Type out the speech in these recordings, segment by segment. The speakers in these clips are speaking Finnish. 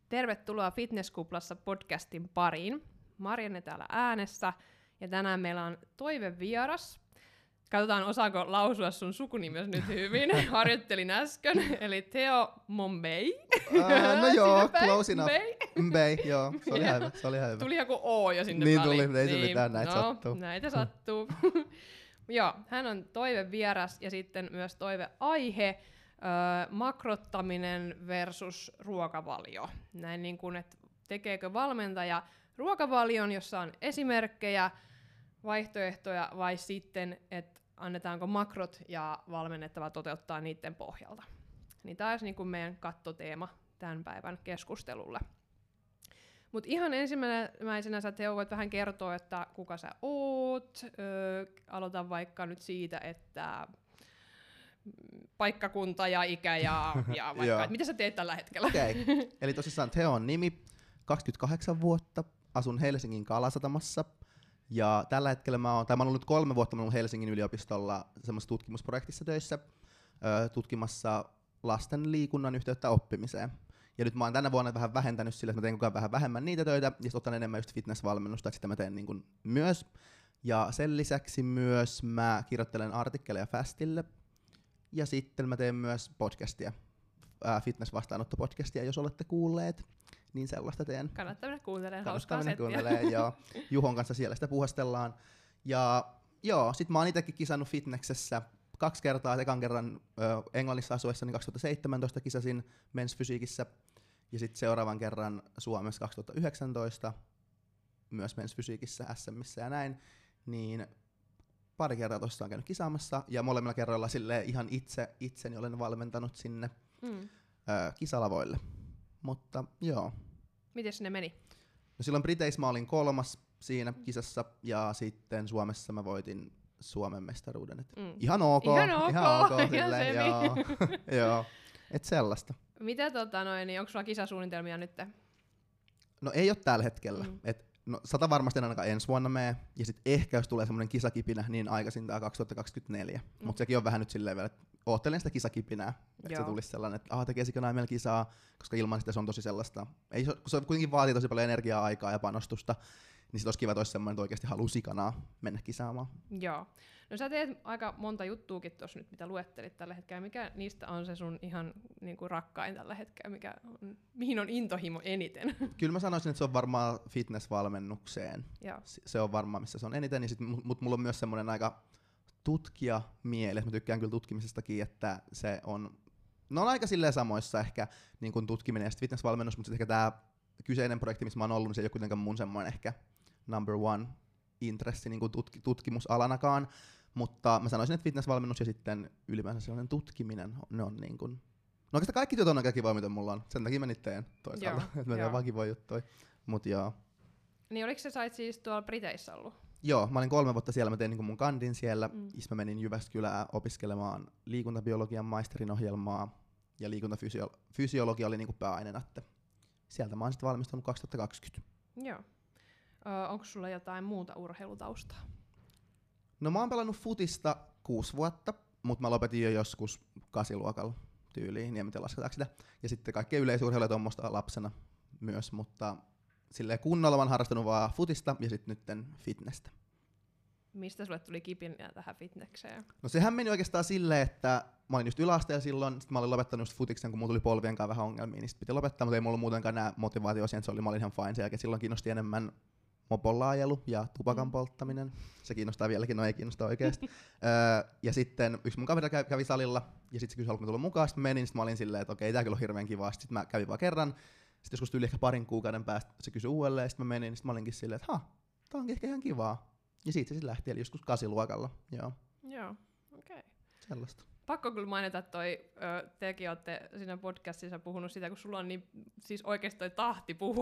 Tervetuloa Fitnesskuplassa podcastin pariin. Marianne täällä äänessä ja tänään meillä on toivevieras. Katsotaan, osaako lausua sun sukunimesi nyt hyvin. Harjoittelin äsken, eli Theo Mombei. No joo, close enough. Mbei, joo, se oli hyvä. Tuli joku O jo sinne niin väliin. Tuli, ei se mitään, näitä sattuu. Näitä sattuu. Joo, hän on toivevieras ja sitten myös toiveaihe, makrottaminen versus ruokavalio. Näin niin kuin, että tekeekö valmentaja ruokavalion, jossa on esimerkkejä, vaihtoehtoja, vai sitten, että annetaanko makrot ja valmennettava toteuttaa niiden pohjalta. Niin tämä olisi niin kuin meidän kattoteema tämän päivän keskustelulle. Mutta ihan ensimmäisenä sä, Teo, voit vähän kertoa, että kuka sä oot. Aloitan vaikka nyt siitä, että paikkakunta ja ikä ja vaikka, että mitä sä teet tällä hetkellä. Okay. Eli tosissaan Teo on nimi, 28 vuotta, asun Helsingin Kalasatamassa. Ja tällä hetkellä mä oon ollut nyt 3 vuotta Helsingin yliopistolla semmoisessa tutkimusprojektissa töissä, tutkimassa lasten liikunnan yhteyttä oppimiseen. Ja nyt mä oon tänä vuonna vähän vähentänyt sillä, että mä teen koko ajan vähän vähemmän niitä töitä, ja otan enemmän just fitnessvalmennusta, että sitä mä teen niin kuin myös. Ja sen lisäksi myös mä kirjoittelen artikkeleja Fastille, ja sitten mä teen myös podcastia, fitness-vastaanottopodcastia, jos olette kuulleet, niin sellaista teen. Kannattaa mennä kuuntelemaan, hauskaa settiä. Joo. Juhon kanssa siellä sitä puhastellaan. Ja joo, sit mä oon itekin kisannut fitnessessä 2 kertaa. Ekan kerran Englannissa asuessani 2017 kisasin mensfysiikissä, ja sitten seuraavan kerran Suomessa 2019 myös mensfysiikissä, SMissä ja näin. Niin pari kertaa tosiaan käynyt kisaamassa, ja molemmilla kerroilla ihan itseni olen valmentanut sinne kisalavoille. Mutta joo. Mites ne meni? No silloin Briteissä mä olin 3. siinä kisassa, ja sitten Suomessa mä voitin Suomen mestaruuden. Ihan ok. Silleen, joo. Et sellaista. Mitä niin onko sulla kisasuunnitelmia nyt? No ei ole tällä hetkellä. No 100 varmasti ainakaan ensi vuonna mene, ja sit ehkä jos tulee semmoinen kisakipinä, niin aikaisin tää 2024. Mutta sekin on vähän nyt silleen vielä, että oottelen sitä kisakipinää, että se tulisi sellainen, että tekesikö näin meillä kisaa, koska ilman sitä se on tosi sellaista. Se kuitenkin vaatii tosi paljon energiaa, aikaa ja panostusta, niin sit olisi kiva, että olisi semmoinen, että oikeasti haluaa sikanaa mennä kisaamaan. Joo. No sä teet aika monta juttuukin tuossa nyt, mitä luettelit tällä hetkellä. Mikä niistä on se sun ihan niinku rakkain tällä hetkellä? Mihin on intohimo eniten? Kyllä mä sanoisin, että se on varmaan fitnessvalmennukseen. Joo. Se on varmaan, missä se on eniten. Mutta mulla on myös semmoinen aika tutkijamieli. Mä tykkään kyllä tutkimisestakin, että se on... Ne on aika silleen samoissa ehkä niin kuin tutkiminen ja fitnessvalmennus, mutta ehkä tämä kyseinen projekti, missä mä oon ollut, niin se ei ole kuitenkaan mun semmoinen ehkä number one intressi niin kuin tutkimusalanakaan. Mutta mä sanoisin, että fitnessvalmennus ja sitten ylipäänsä sellainen tutkiminen, ne on niin kuin... No oikeastaan kaikki työt on aika kivoja, mitä mulla on. Sen takia mä niitä teen toisaalta, että mä teen vaan kivoja juttuja. Mut joo. Niin oliko se sait siis tuolla Briteissä ollut? Joo, mä olin 3 vuotta siellä, mä tein niin kuin mun kandin siellä. Mä menin Jyväskylään opiskelemaan liikuntabiologian maisterin ohjelmaa, ja liikuntafysiologia oli niin kuin pääaineena. Sieltä mä oon sitten valmistunut 2020. Joo. Onko sulla jotain muuta urheilutaustaa? No mä oon pelannut futista 6 vuotta, mutta mä lopetin jo joskus 8-luokalla tyyliin, niin en tiedä lasketaanko sitä. Ja sitten kaikkea yleisurheilua tuommoista lapsena myös, mutta silleen kunnolla mä oon harrastanut vaan futista ja sitten nytten fitnessä. Mistä sulle tuli kipinä tähän fitnekseen? No sehän meni oikeastaan silleen, että mä olin just yläasteella silloin, sit mä olin lopettanut just futiksen, kun mulla tuli polvien kanssa vähän ongelmia, niin sit piti lopettaa, mutta ei mulla muutenkaan nää motivaatio siihen, että mä olin ihan fine sen jälkeen. Silloin kiinnosti enemmän mopolla ajelu ja tupakan polttaminen. Se kiinnostaa vieläkin, no ei kiinnosta oikeesti. Ja sitten yksi mun kaveri kävi salilla, ja sitten se kysyi, haluatko tulla mukaan, sitten menin, sitten mä olin silleen, että okei, tää kyllä on hirveän kivaa. Sitten mä kävin vaan kerran, sitten joskus tuli ehkä 2 kuukauden päästä, se kysyi uudelleen, ja sitten mä menin, sitten mä olinkin silleen, että tää onkin ehkä ihan kivaa. Ja siitä se sitten lähti, eli joskus 8-luokalla. Joo, okei. Sellaista. Pakko kyllä mainita, että tekin olette siinä podcastissa puhunut sitä, kun sulla on niin, siis oikeasti toi tahti puhua,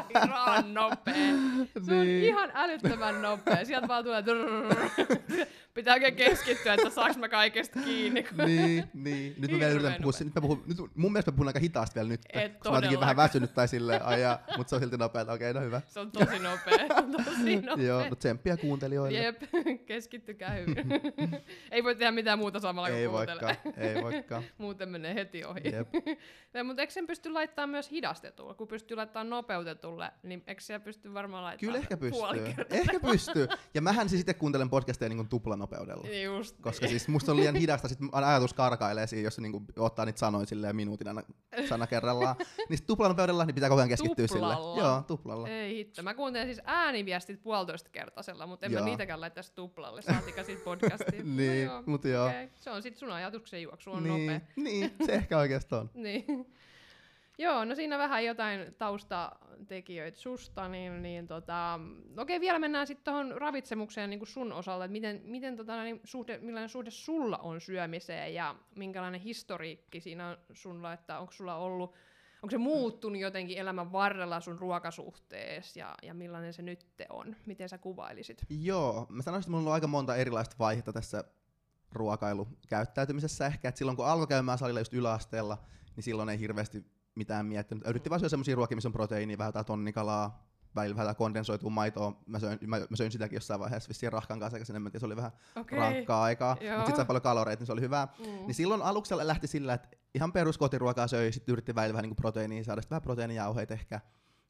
ihan nopea. Se on ihan älyttömän nopea. Sieltä vaan tulee Pitää oikein keskittyä, että saaks mä kaikesta kiinni. niin. Nyt mä yritän puhua, mun mielestä mä puhun aika hitaasti vielä nyt. Et mä oon jotenkin vähän väsynyt tai silleen, mutta se on silti nopeeta. Okei, no hyvä. Se on tosi nopea. Joo, no tsemppiä kuuntelijoille. Jep, keskittykää hyvin. Ei voi tehdä mitään muuta samalla kuin kuuntelee. Ei voikaan. Muuten menee heti ohi. Mutta eikö sen pysty laittamaan myös hidastetulle? Kun pystyy laittamaan nopeutetulle, niin eikö siellä pysty varmaan laittamaan Ehkä pystyy. Ja mähän siis itse kuuntelen podcasteja niin tuplanopeudella. Just koska siis musta on liian hidasta, sit ajatus karkailee siinä, jos se niin ottaa niitä sanoja silleen minuutin aina sana kerrallaan. Niin tuplanopeudella niin pitää koko ajan keskittyä sille. Joo, tuplalla. Ei hitto. Mä kuuntelen siis ääniviestit 1,5-kertaisella, mutta en mä niitäkään laittaisi tuplalle. Saatika sit podcastiin. Niin, no mut joo. Okay. Se on sit sun ajatuksen juoksu on nopea. Niin, se ehkä oikeastaan on. Niin. Joo, no siinä vähän jotain taustatekijöitä susta, okei, vielä mennään sitten tuohon ravitsemukseen niin kuin sun osalta, että millainen suhde sulla on syömiseen ja minkälainen historiikki siinä on sulla, että onko se muuttunut jotenkin elämän varrella sun ruokasuhteessa ja millainen se nyt on, miten sä kuvailisit? Joo, mä sanoisin, että mulla on aika monta erilaista vaihetta tässä ruokailukäyttäytymisessä ehkä, että silloin kun alkoi käymään salilla just yläasteella, niin silloin ei hirveästi mitään miettinyt. Yritti vaan syödä semmosia ruokia, missä on proteiinia, vähän jotain tonnikalaa, välillä vähän kondensoitua maitoa. Mä söin sitäkin jossain vaiheessa vissiin rahkan kanssa, eikä enemmän, se oli vähän rankkaa aikaa. Mutta sit sai paljon kaloreita, niin se oli hyvää. Niin silloin aluksi lähti sillä, että ihan peruskotiruokaa söi, sit yritti välillä vähän niin proteiiniä saada, vähän proteiinijauheita ehkä.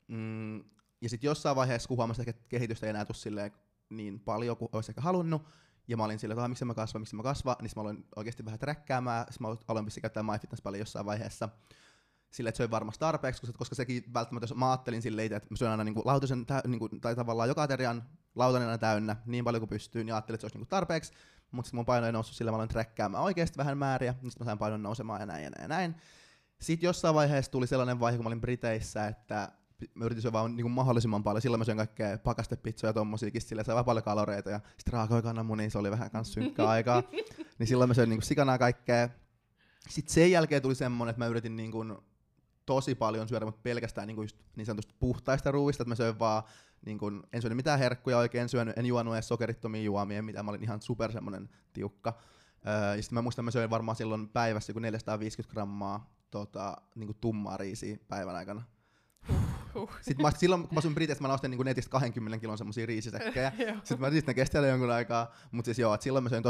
Ja sit jossain vaiheessa kun huomasin, että kehitystä ei enää tule silleen niin paljon kuin olisi ehkä halunnut. Ja mä olin silleen, että miksi mä kasva, niin mä aloin oikeasti vähän träkkäämään. Sitten mä aloin vissiin käyttää MyFitness paljon jossain vaiheessa. Silleen, että söin varmasti tarpeeksi, koska sekin välttämättä, jos mä ajattelin silleen, että mä syön aina niinku lautasen, tai tavallaan joka aterian lautanen aina täynnä, niin paljon kuin pystyy, niin ajattelin, että se olisi niinku tarpeeksi. Mutta sitten mun paino ei noussut sillä, mä aloin träkkäämään oikeasti vähän määriä, niin sitten mä sain painon nousemaan ja näin. Sitten jossain vaiheessa tuli sellainen vaihe, kun mä olin Briteissä, että mä yritin syödä vaan niinku mahdollisimman paljon. Silloin mä söin kaikkea pakastepizzoja ja tommosiakin, silleen sai vaan paljon kaloreita. Ja sitten raakoja kananmunia, se oli vähän kans synkkää aikaa. Niin silloin mä söin niinku sikanaa kaikkea. Sitten sen jälkeen tuli semmonen, että mä yritin niinku tosi paljon syödä, mutta pelkästään niin sanotusti puhtaista ruuista, että mä söin vaan, en syönyt mitään herkkuja oikein, en juonut edes sokerittomia juomia, mitä mä olin ihan super semmonen tiukka. Ja sitten mä muistan, että mä söin varmaan silloin päivässä joku 450 grammaa tummaa riisiä päivän aikana. Sitten silloin, kun mä asuin Briteissä, mä ostin netistä 20 kilon semmosia riisisäkkejä. Sitten mä ne kesti jonkun aikaa, mutta siis joo, silloin mä söin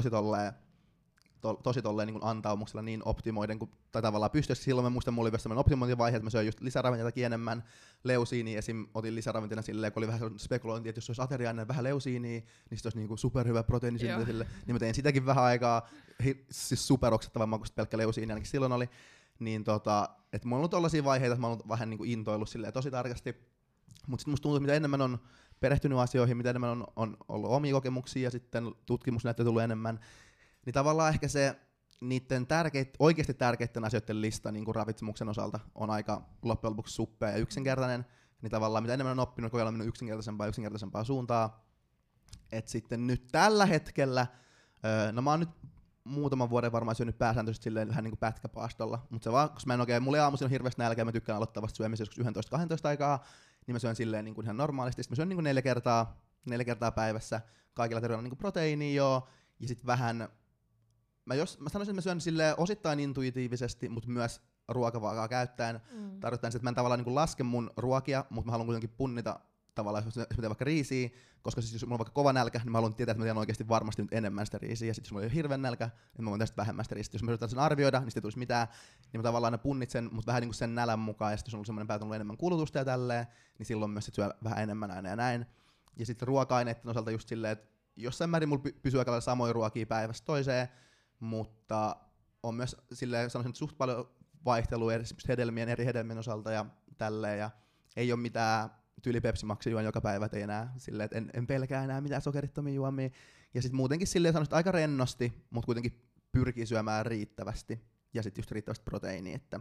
tosi tolleen niin antaumuksella niin optimoiden, tai tavallaan pystyisi. Silloin mä muistan, mulla oli myös sellainen optimointivaihe, että mä söin just lisäravinteitakin enemmän. Leusiiniä esim. Otin lisäravinteena silleen, kun oli vähän spekulointi, että jos olisi ateria ennen vähän leusiiniä, niin sit olisi niinku superhyvä proteiinisyntä sille. Niin mä tein sitäkin vähän aikaa, siis superoksettavan makuista pelkkä leusiini ainakin silloin oli. Niin että mulla on ollut tollaisia vaiheita, että mä oon ollut vähän niinku intoillut silleen tosi tarkasti. Mutta sitten musta tuntuu, että mitä enemmän on perehtynyt asioihin, mitä enemmän on ollut omia kokemuksia ja sitten tutkimusnäyttöä tullut enemmän, niin tavallaan ehkä se niiden oikeasti tärkeiden asioiden lista niin kuin ravitsemuksen osalta on aika loppujen lopuksi suppea ja yksinkertainen. Niin tavallaan mitä enemmän on oppinut, kun on mennyt yksinkertaisempaa suuntaa. Et sitten nyt tällä hetkellä, no mä oon nyt muutaman vuoden varmaan syönyt pääsääntöisesti silleen vähän niin kuin pätkäpaastolla. Mutta se vaan, koska mulla ei aamuisin ole hirveästi nälkä, mä tykkään aloittaa vasta syömisessä joskus 11-12 aikaa, niin mä syön silleen niin kuin ihan normaalisti. Sitten mä syön niin kuin 4 kertaa päivässä kaikilla terveellä niin kuin proteiinia joo, ja sitten vähän. Mä sanoisin, että mä syön silleen osittain intuitiivisesti, mutta myös ruokavaakaa käyttäen. Tarkoittaa, että mä en tavallaan niin kuin laske mun ruokia, mutta mä haluan kuitenkin punnita tavallaan, jos mä teen vaikka riisiä, koska siis jos mulla on vaikka kova nälkä, niin mä haluan tietää, että mä teen oikeasti varmasti nyt enemmän sitä riisiä. Ja sitten jos mulla ei ole hirveän nälkä, niin mä voin tästä vähemmän sitä riisiä. Jos mä yritän sen arvioida, niin sitten ei tulisi mitään, niin mä tavallaan punnitsen, mutta vähän niin kuin sen nälän mukaan. Ja sitten jos on ollut semmoinen päätä, enemmän kulutusta ja tälleen, niin silloin myös sit syö vähän enemmän aina ja näin. Ja sitten ruoka-aineiden osalta just silleen, että jossain määrin mulla pysyy aika lailla samoja ruokia päivästä toiseen, mutta on myös silleen, sanoisin, että suht paljon vaihtelua eri hedelmien osalta ja tälleen, ja ei ole mitään tyyli Pepsi Maxi juon joka päivä, ei enää silleen, että en pelkää enää mitään sokerittomia juomia, ja sitten muutenkin silleen sanoisin, aika rennosti, mutta kuitenkin pyrkii syömään riittävästi, ja sitten just riittävästi proteiiniä, että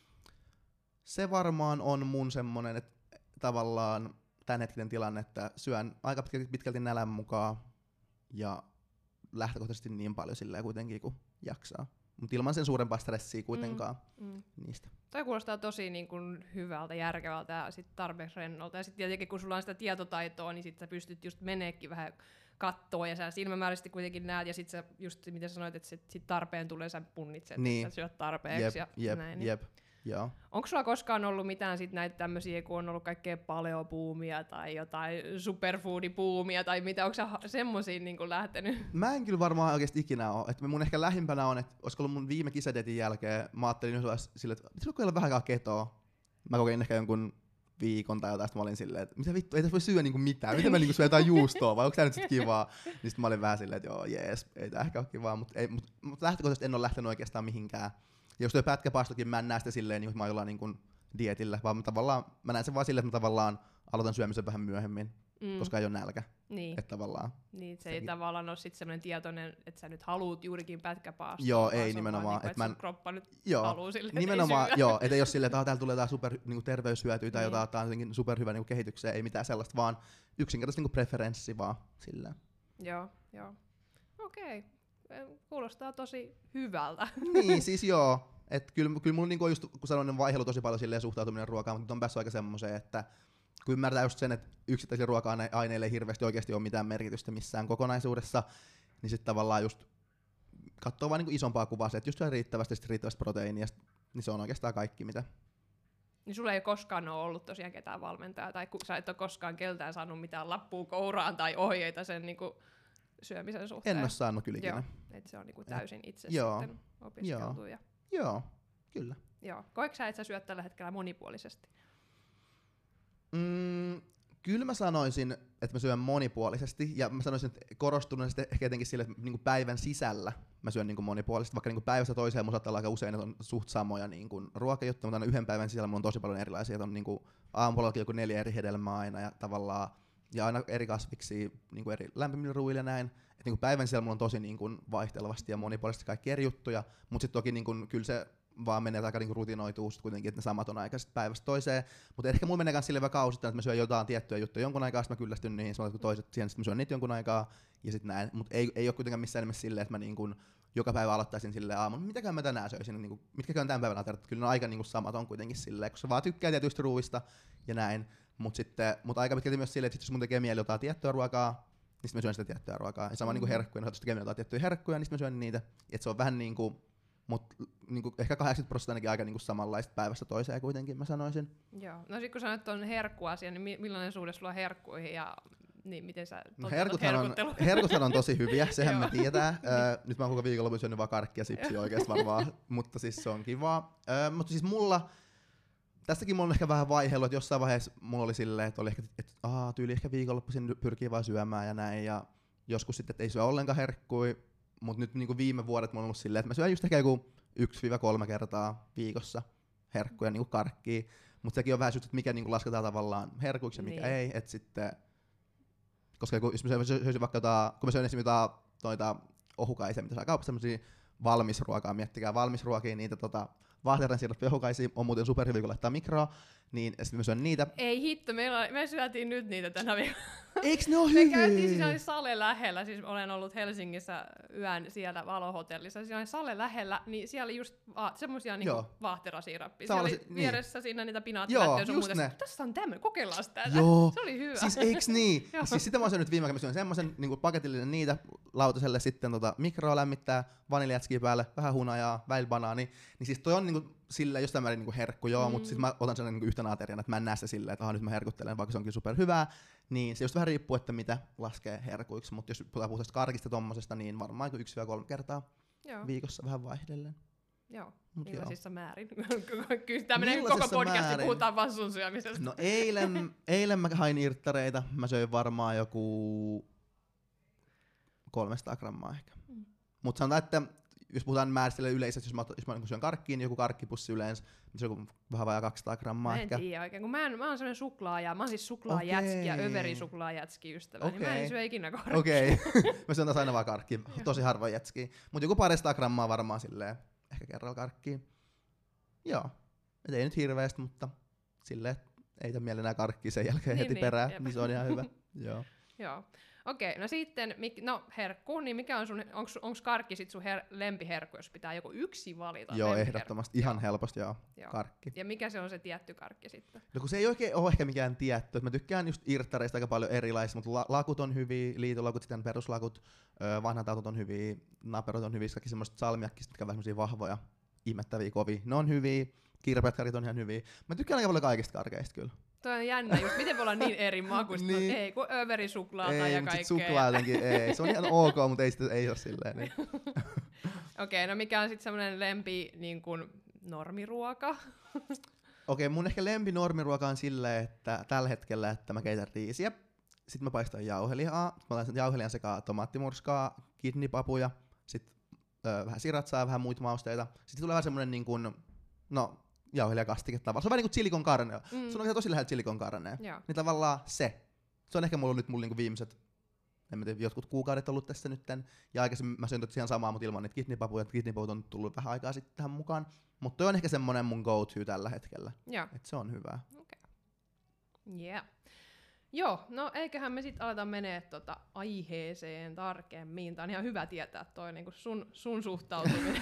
se varmaan on mun semmonen, että tavallaan tämänhetkinen tilanne, että syön aika pitkälti nälän mukaan, ja lähtökohtaisesti niin paljon silleen kuitenkin kuin jaksaa. Mutta ilman sen suurempaa stressiä kuitenkaan niistä. Toi kuulostaa tosi niin kun hyvältä, järkevältä ja sit tarpeeksi rennolta. Ja sitten tietenkin kun sulla on sitä tietotaitoa, niin sit sä pystyt just meneekin vähän kattoo ja sä silmämääräisesti kuitenkin näet ja sit sä just miten sanoit, että sit tarpeen tulee sä punnitset, Niin. että sä syöt tarpeeksi ja näin. Jep. Joo. Onko sulla koskaan ollut mitään sit näitä tämmöisiä, kun on ollut kaikkea paleopuumia tai jotain superfoodipuumia tai mitä, onko sä semmosiin niin lähtenyt? Mä en kyllä varmaan oikeesti ikinä oo. Et mun ehkä lähimpänä on, että olisiko ollut mun viime kisadetin jälkeen, mä ajattelin sille, että pitäisi kokeilla vähän aikaa ketoa. Mä kokein ehkä jonkun viikon tai jotain, mä olin silleen, että mitä vittu, ei tässä voi syödä niinku mitään. Miten mä niinku syön jotain juustoa vai onko tää nyt sit kivaa? Niin sit mä olin vähän silleen, että joo jees, ei tää ehkä oo kivaa, mutta lähtökohtaisesti en oo lähtenyt oikeastaan mihinkään. Ja jos toi pätkäpaastokin, mä en näe sitä silleen, niin, että mä oon jollain niin dietillä, vaan mä näen sen vaan silleen, että mä tavallaan aloitan syömisen vähän myöhemmin, koska ei ole nälkä. Niin. Että tavallaan. Niin, se ei tavallaan ole sit semmoinen tietoinen, että sä nyt haluut juurikin pätkäpaastoa. Joo, ei nimenomaan. Vaan, että sun kroppa nyt haluu silleen, nimenomaan, joo, et ei ole silleen, että täällä tulee tää super niin terveyshyötyä tai jotain, tää on jotenkin superhyvä niin kehitykseen, ei mitään sellaista, vaan yksinkertaisesti niin preferenssi vaan silleen. Joo. Okei. Kuulostaa tosi hyvältä. Niin, siis joo. Et kyllä mulla niinku just, kun sanoin, niin vaihelu tosi paljon silleen suhtautuminen ruokaan, mutta on päässyt aika semmoiseen, että kun ymmärtää just sen, että yksittäisillä ruoka-aineilla ei hirveästi oikeasti ole mitään merkitystä missään kokonaisuudessa, niin sitten tavallaan just katsoo vaan niinku isompaa kuvaa se, että just riittävästi proteiinia, niin se on oikeastaan kaikki mitä. Niin sulla ei koskaan ole ollut tosiaan ketään valmentajaa, tai sä et ole koskaan keltään saanut mitään lappua kouraan tai ohjeita sen niinku syömisen suhteen. En ole saanut kyllä ikinä. Joo, että se on niinku täysin itse sitten opiskeltu. Joo, kyllä. Joo. Koetko sä, että sä syöt tällä hetkellä monipuolisesti? Kyllä mä sanoisin, että mä syön monipuolisesti, ja mä sanoisin, että korostuneesti ehkä etenkin sille, että niinku päivän sisällä mä syön niinku monipuolisesti, vaikka niinku päivästä toiseen mun saattaa olla aika usein, että on suht samoja niinku ruokajuttuja, mutta aina yhden päivän sisällä mulla on tosi paljon erilaisia, että on niinku aamupuolellakin joku 4 eri hedelmää aina, ja tavallaan, ja aina eri kasviksi, niinku eri lämpimillä ruuilla ja näin, että niinku päivän sisällä mulla on tosi niinku vaihtelevasti ja monipuolisesti kaikki eri juttuja, mutta sitten toki niinku, kyllä se vaan menee aika niinku rutinoituu kuitenkin, että ne samat on aika päivästä toiseen. Mutta ehkä mulla menee myös silleen kausittain, että mä syön jotain tiettyjä juttuja jonkun aikaa, sitten mä kyllästyn niihin, samoin kuin toiset siihen, sitten mä syön niitä jonkun aikaa, ja sitten näin. Mutta ei ole kuitenkaan missään nimessä silleen, että mä niinku joka päivä aloittaisin silleen aamun, mitäkään mä tänään söisin, niinku, mitkäkään tämän päivän ateriat. Kyllä ne on aika niinku samat on kuitenkin silleen, kun sä vaan tykkää tietyistä ruuista ja näin. Mutta aika pitkälti myös silleen, että jos mun tekee mieli jotain tiettyä ruokaa, niin sitten mä syön sitä tiettyä ruokaa. Ja sama niinku herkkuja, jos tekee mieli jotain tiettyjä herkkuja, niin sitten mä syön niitä. Et se on vähän niinku, mutta niinku ehkä 80% ainakin aika niinku samanlaista päivästä toiseen kuitenkin, mä sanoisin. Joo. No sit kun sanoit tuon herkkuasian, niin millainen suhde sulla on herkkuihin ja niin, miten sä herkuthan on tosi hyviä, sehän me tiedetään. Nyt mä oon koko viikonlopun syönyt vaan karkkia sipsiä oikeesti varmaan, mutta siis se on kivaa. Mutta siis tässäkin mulla on ehkä vähän vaihdellut, että jossain vaiheessa mulla oli silleen, että oli ehkä, tyyli ehkä viikonloppuisin pyrkii vaan syömään ja näin, ja joskus sitten, että ei syö ollenkaan herkkui. Mut nyt niinku viime vuodet mä oon ollut silleen, että mä syön just ehkä joku 1-3 kertaa viikossa herkkuja niinku karkkia. Mut sekin on vähän just, että mikä niinku lasketaan tavallaan herkuiksi ja mikä ei. Et sitten, koska jos mä syöisin vaikka kun mä syön esimerkiksi noita ohukaisia, mitä saa kaupassa, semmosia valmisruokaa, miettikää valmisruokia, niitä vaahteran siirrottuja ohukaisia on muuten superhyviä, kun laittaa mikroon, niin sitten mä syön niitä. Ei hitto, me syötiin nyt niitä tänä viikolla. Eiks ne oo hyviä? Me käytiin, siis oli Sale lähellä, siis olen ollut Helsingissä yön siellä Valohotellissa, siis oli Sale lähellä, niin siellä oli just semmosia niinku vaahterasiirappia. Siellä oli vieressä siinä niitä pinaattilättöjä sun muuta. Tässä on tämmönen, kokeillaan sitä. Joo. Se oli hyvä. Siis eiks niin? Siis sitä mä oon syönyt viime aikoina, mä syön semmosen niinku paketillinen niitä lautaselle, sitten mikroa lämmittää, vaniljatskiä päälle, vähän hunajaa, välillä banaani. Niin siis toi on niinku silleen jostain määrin niinku herkku, mutta sit mä otan sen niinku yhtenä ateriana, että mä en näe sitä silleen, että nyt mä herkuttelen, vaikka se onkin superhyvää. Niin se just vähän riippuu, että mitä laskee herkuiksi, mutta jos puhutaan puhtaasta karkista tommosesta, niin varmaan 1-3 kertaa viikossa vähän vaihdellen. Joo, millaisissa määrin? Kyllä tämä menee koko podcasti, puhutaan vaan sun syömisestä. No eilen mä hain irttareita, mä söin varmaan joku 300 grammaa ehkä. Mutta sanotaan, että jos puhutaan määristä yleisesti, jos mä syön karkkiin, niin joku karkkipussi yleensä, niin se on vähän vajaa 200 grammaa ehkä. Mä en tiedä oikein, kun mä oon semmonen suklaajä, mä oon siis suklaajätski ja överisuklaajätski ystävä, niin mä en syö ikinä karkkia. Okei, mä syön taas aina vaan karkkia, tosi harvoin jätskiä. Mut joku 200 grammaa varmaan silleen, ehkä kerralla karkkia. Joo, et ei nyt hirveästi, mutta silleen, ei tämän mielenää karkkia sen jälkeen heti perään, niin se on ihan hyvä. Joo. Okei, no sitten, herkku, niin mikä on onks karkki sit sun lempiherkku, jos pitää joku yksi valita? Joo, ehdottomasti. Ihan helposti, joo. Karkki. Ja mikä se on se tietty karkki sitten? No kun se ei oikein ole ehkä mikään tietty. Mä tykkään just irttareista aika paljon erilaisia, mutta lakut on hyviä, liitolakut, sitten peruslakut, vanhat autot on hyviä, naperot on hyviä, kaikki semmoiset salmiakkista, mitkä on vähän semmosia vahvoja, ihmettäviä, kovia. Ne on hyviä, kirpeät karkit on ihan hyviä. Mä tykkään aika paljon kaikista karkeista kyllä. Toi on jännä, just miten voi olla niin eri makuista. Niin. Ei, kun överisuklaata ei, ja kaikkea. kaikkea. Ei, suklaa jotenkin, ei. Se on ihan ok, mutta ei ole silleen. Niin. Okei, no mikä on sitten semmoinen lempi niin kun normiruoka? Okei, mun ehkä lempi normiruoka on silleen, että tällä hetkellä, että mä keitän riisiä. Sitten mä paistan jauhelihaa. Mä laitan sen jauhelihan sekaan tomaattimurskaa, kidneypapuja, sitten vähän siratsaa, vähän muita mausteita. Sitten tulee vähän semmonen niin kuin, jauhelijakastike tavallaan. Se on vähän niin kuin chili con carne. Se on tosi lähellä chili con carne. Niin tavallaan se. Se on ehkä mulla nyt niinku viimeiset, en mä tiedä, jotkut kuukaudet ollut tässä nytten. Ja aikaisemmin mä söin ihan samaa, mutta ilman niitä kidneypapuja. Kidneypaput on tullut vähän aikaa sitten tähän mukaan. Mutta toi on ehkä semmonen mun go-to tällä hetkellä. Että se on hyvää. Okay. Yeah. Joo, no eiköhän me sitten aleta menee aiheeseen tarkemmin. Tää on ihan hyvä tietää toi niinku sun suhtautuminen.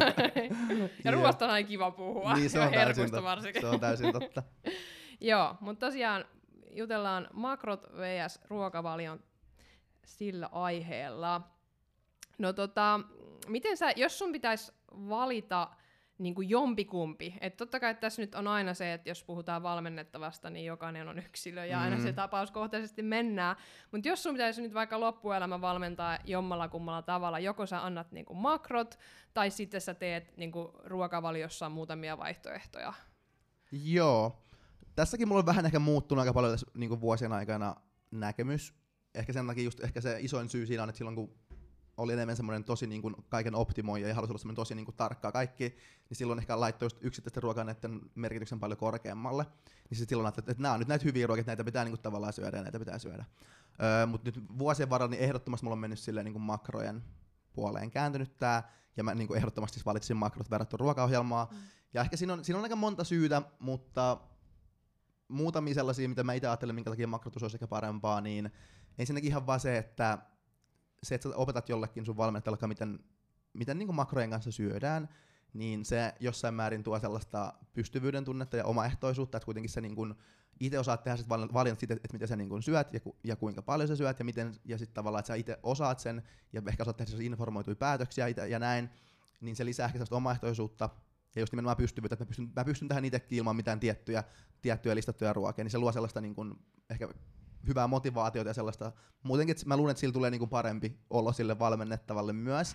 Ja ruoasta on aina kiva puhua. Niin, se on täysin totta. Se on täysin totta. Joo, mutta tosiaan jutellaan makrot vs. ruokavalion sillä aiheella. No miten jos sun pitäisi valita niin kuin jompikumpi. Että totta kai tässä nyt on aina se, että jos puhutaan valmennettavasta, niin jokainen on yksilö ja aina se tapauskohtaisesti mennään. Mutta jos sun pitäisi nyt vaikka loppuelämä valmentaa jommalla kummalla tavalla, joko sä annat niin kuin makrot, tai sitten sä teet niin kuin ruokavaliossa muutamia vaihtoehtoja. Joo. Tässäkin mulla on vähän ehkä muuttunut aika paljon tässä niin kuin vuosien aikana näkemys. Ehkä sen takia just ehkä se isoin syy siinä on, että silloin kun oli enemmän semmoinen tosi niin kuin kaiken optimoija ja halusi olla semmoinen tosi niin kuin tarkkaa kaikki, niin silloin ehkä laittoi just yksittäisten ruoka-aineiden merkityksen paljon korkeammalle. Niin sitten silloin ajattelin, että nämä on nyt näitä hyviä ruokia, näitä pitää niin kuin tavallaan syödä ja näitä pitää syödä. Mutta nyt vuosien varrella niin ehdottomasti mulla on mennyt silleen niin kuin makrojen puoleen kääntynyt tää, ja mä niin kuin ehdottomasti valitsin makrot verrattuna ruokaohjelmaa. Ja ehkä siinä on aika monta syytä, mutta muutamia sellaisia, mitä mä itse ajattelen, minkä takia makrotus olisi ehkä parempaa, niin ensinnäkin ihan vaan se, että sä opetat jollekin sun valmentajalle, miten niin kuin makrojen kanssa syödään, niin se jossain määrin tuo sellaista pystyvyyden tunnetta ja omaehtoisuutta, että kuitenkin sä niin kuin itse osaat tehdä valinnat siitä, että miten sä niin kuin syöt ja kuinka paljon sä syöt ja sitten tavallaan, että sä itse osaat sen ja ehkä osaat tehdä informoituja päätöksiä ja näin, niin se lisää ehkä sellaista omaehtoisuutta ja just nimenomaan pystyvyyttä, että mä pystyn tähän itsekin ilman mitään tiettyjä listattuja ruokia, niin se luo sellaista niin kuin ehkä hyvää motivaatiota ja sellaista. Muutenkin, että mä luulen, että sillä tulee niinku parempi olo sille valmennettavalle myös.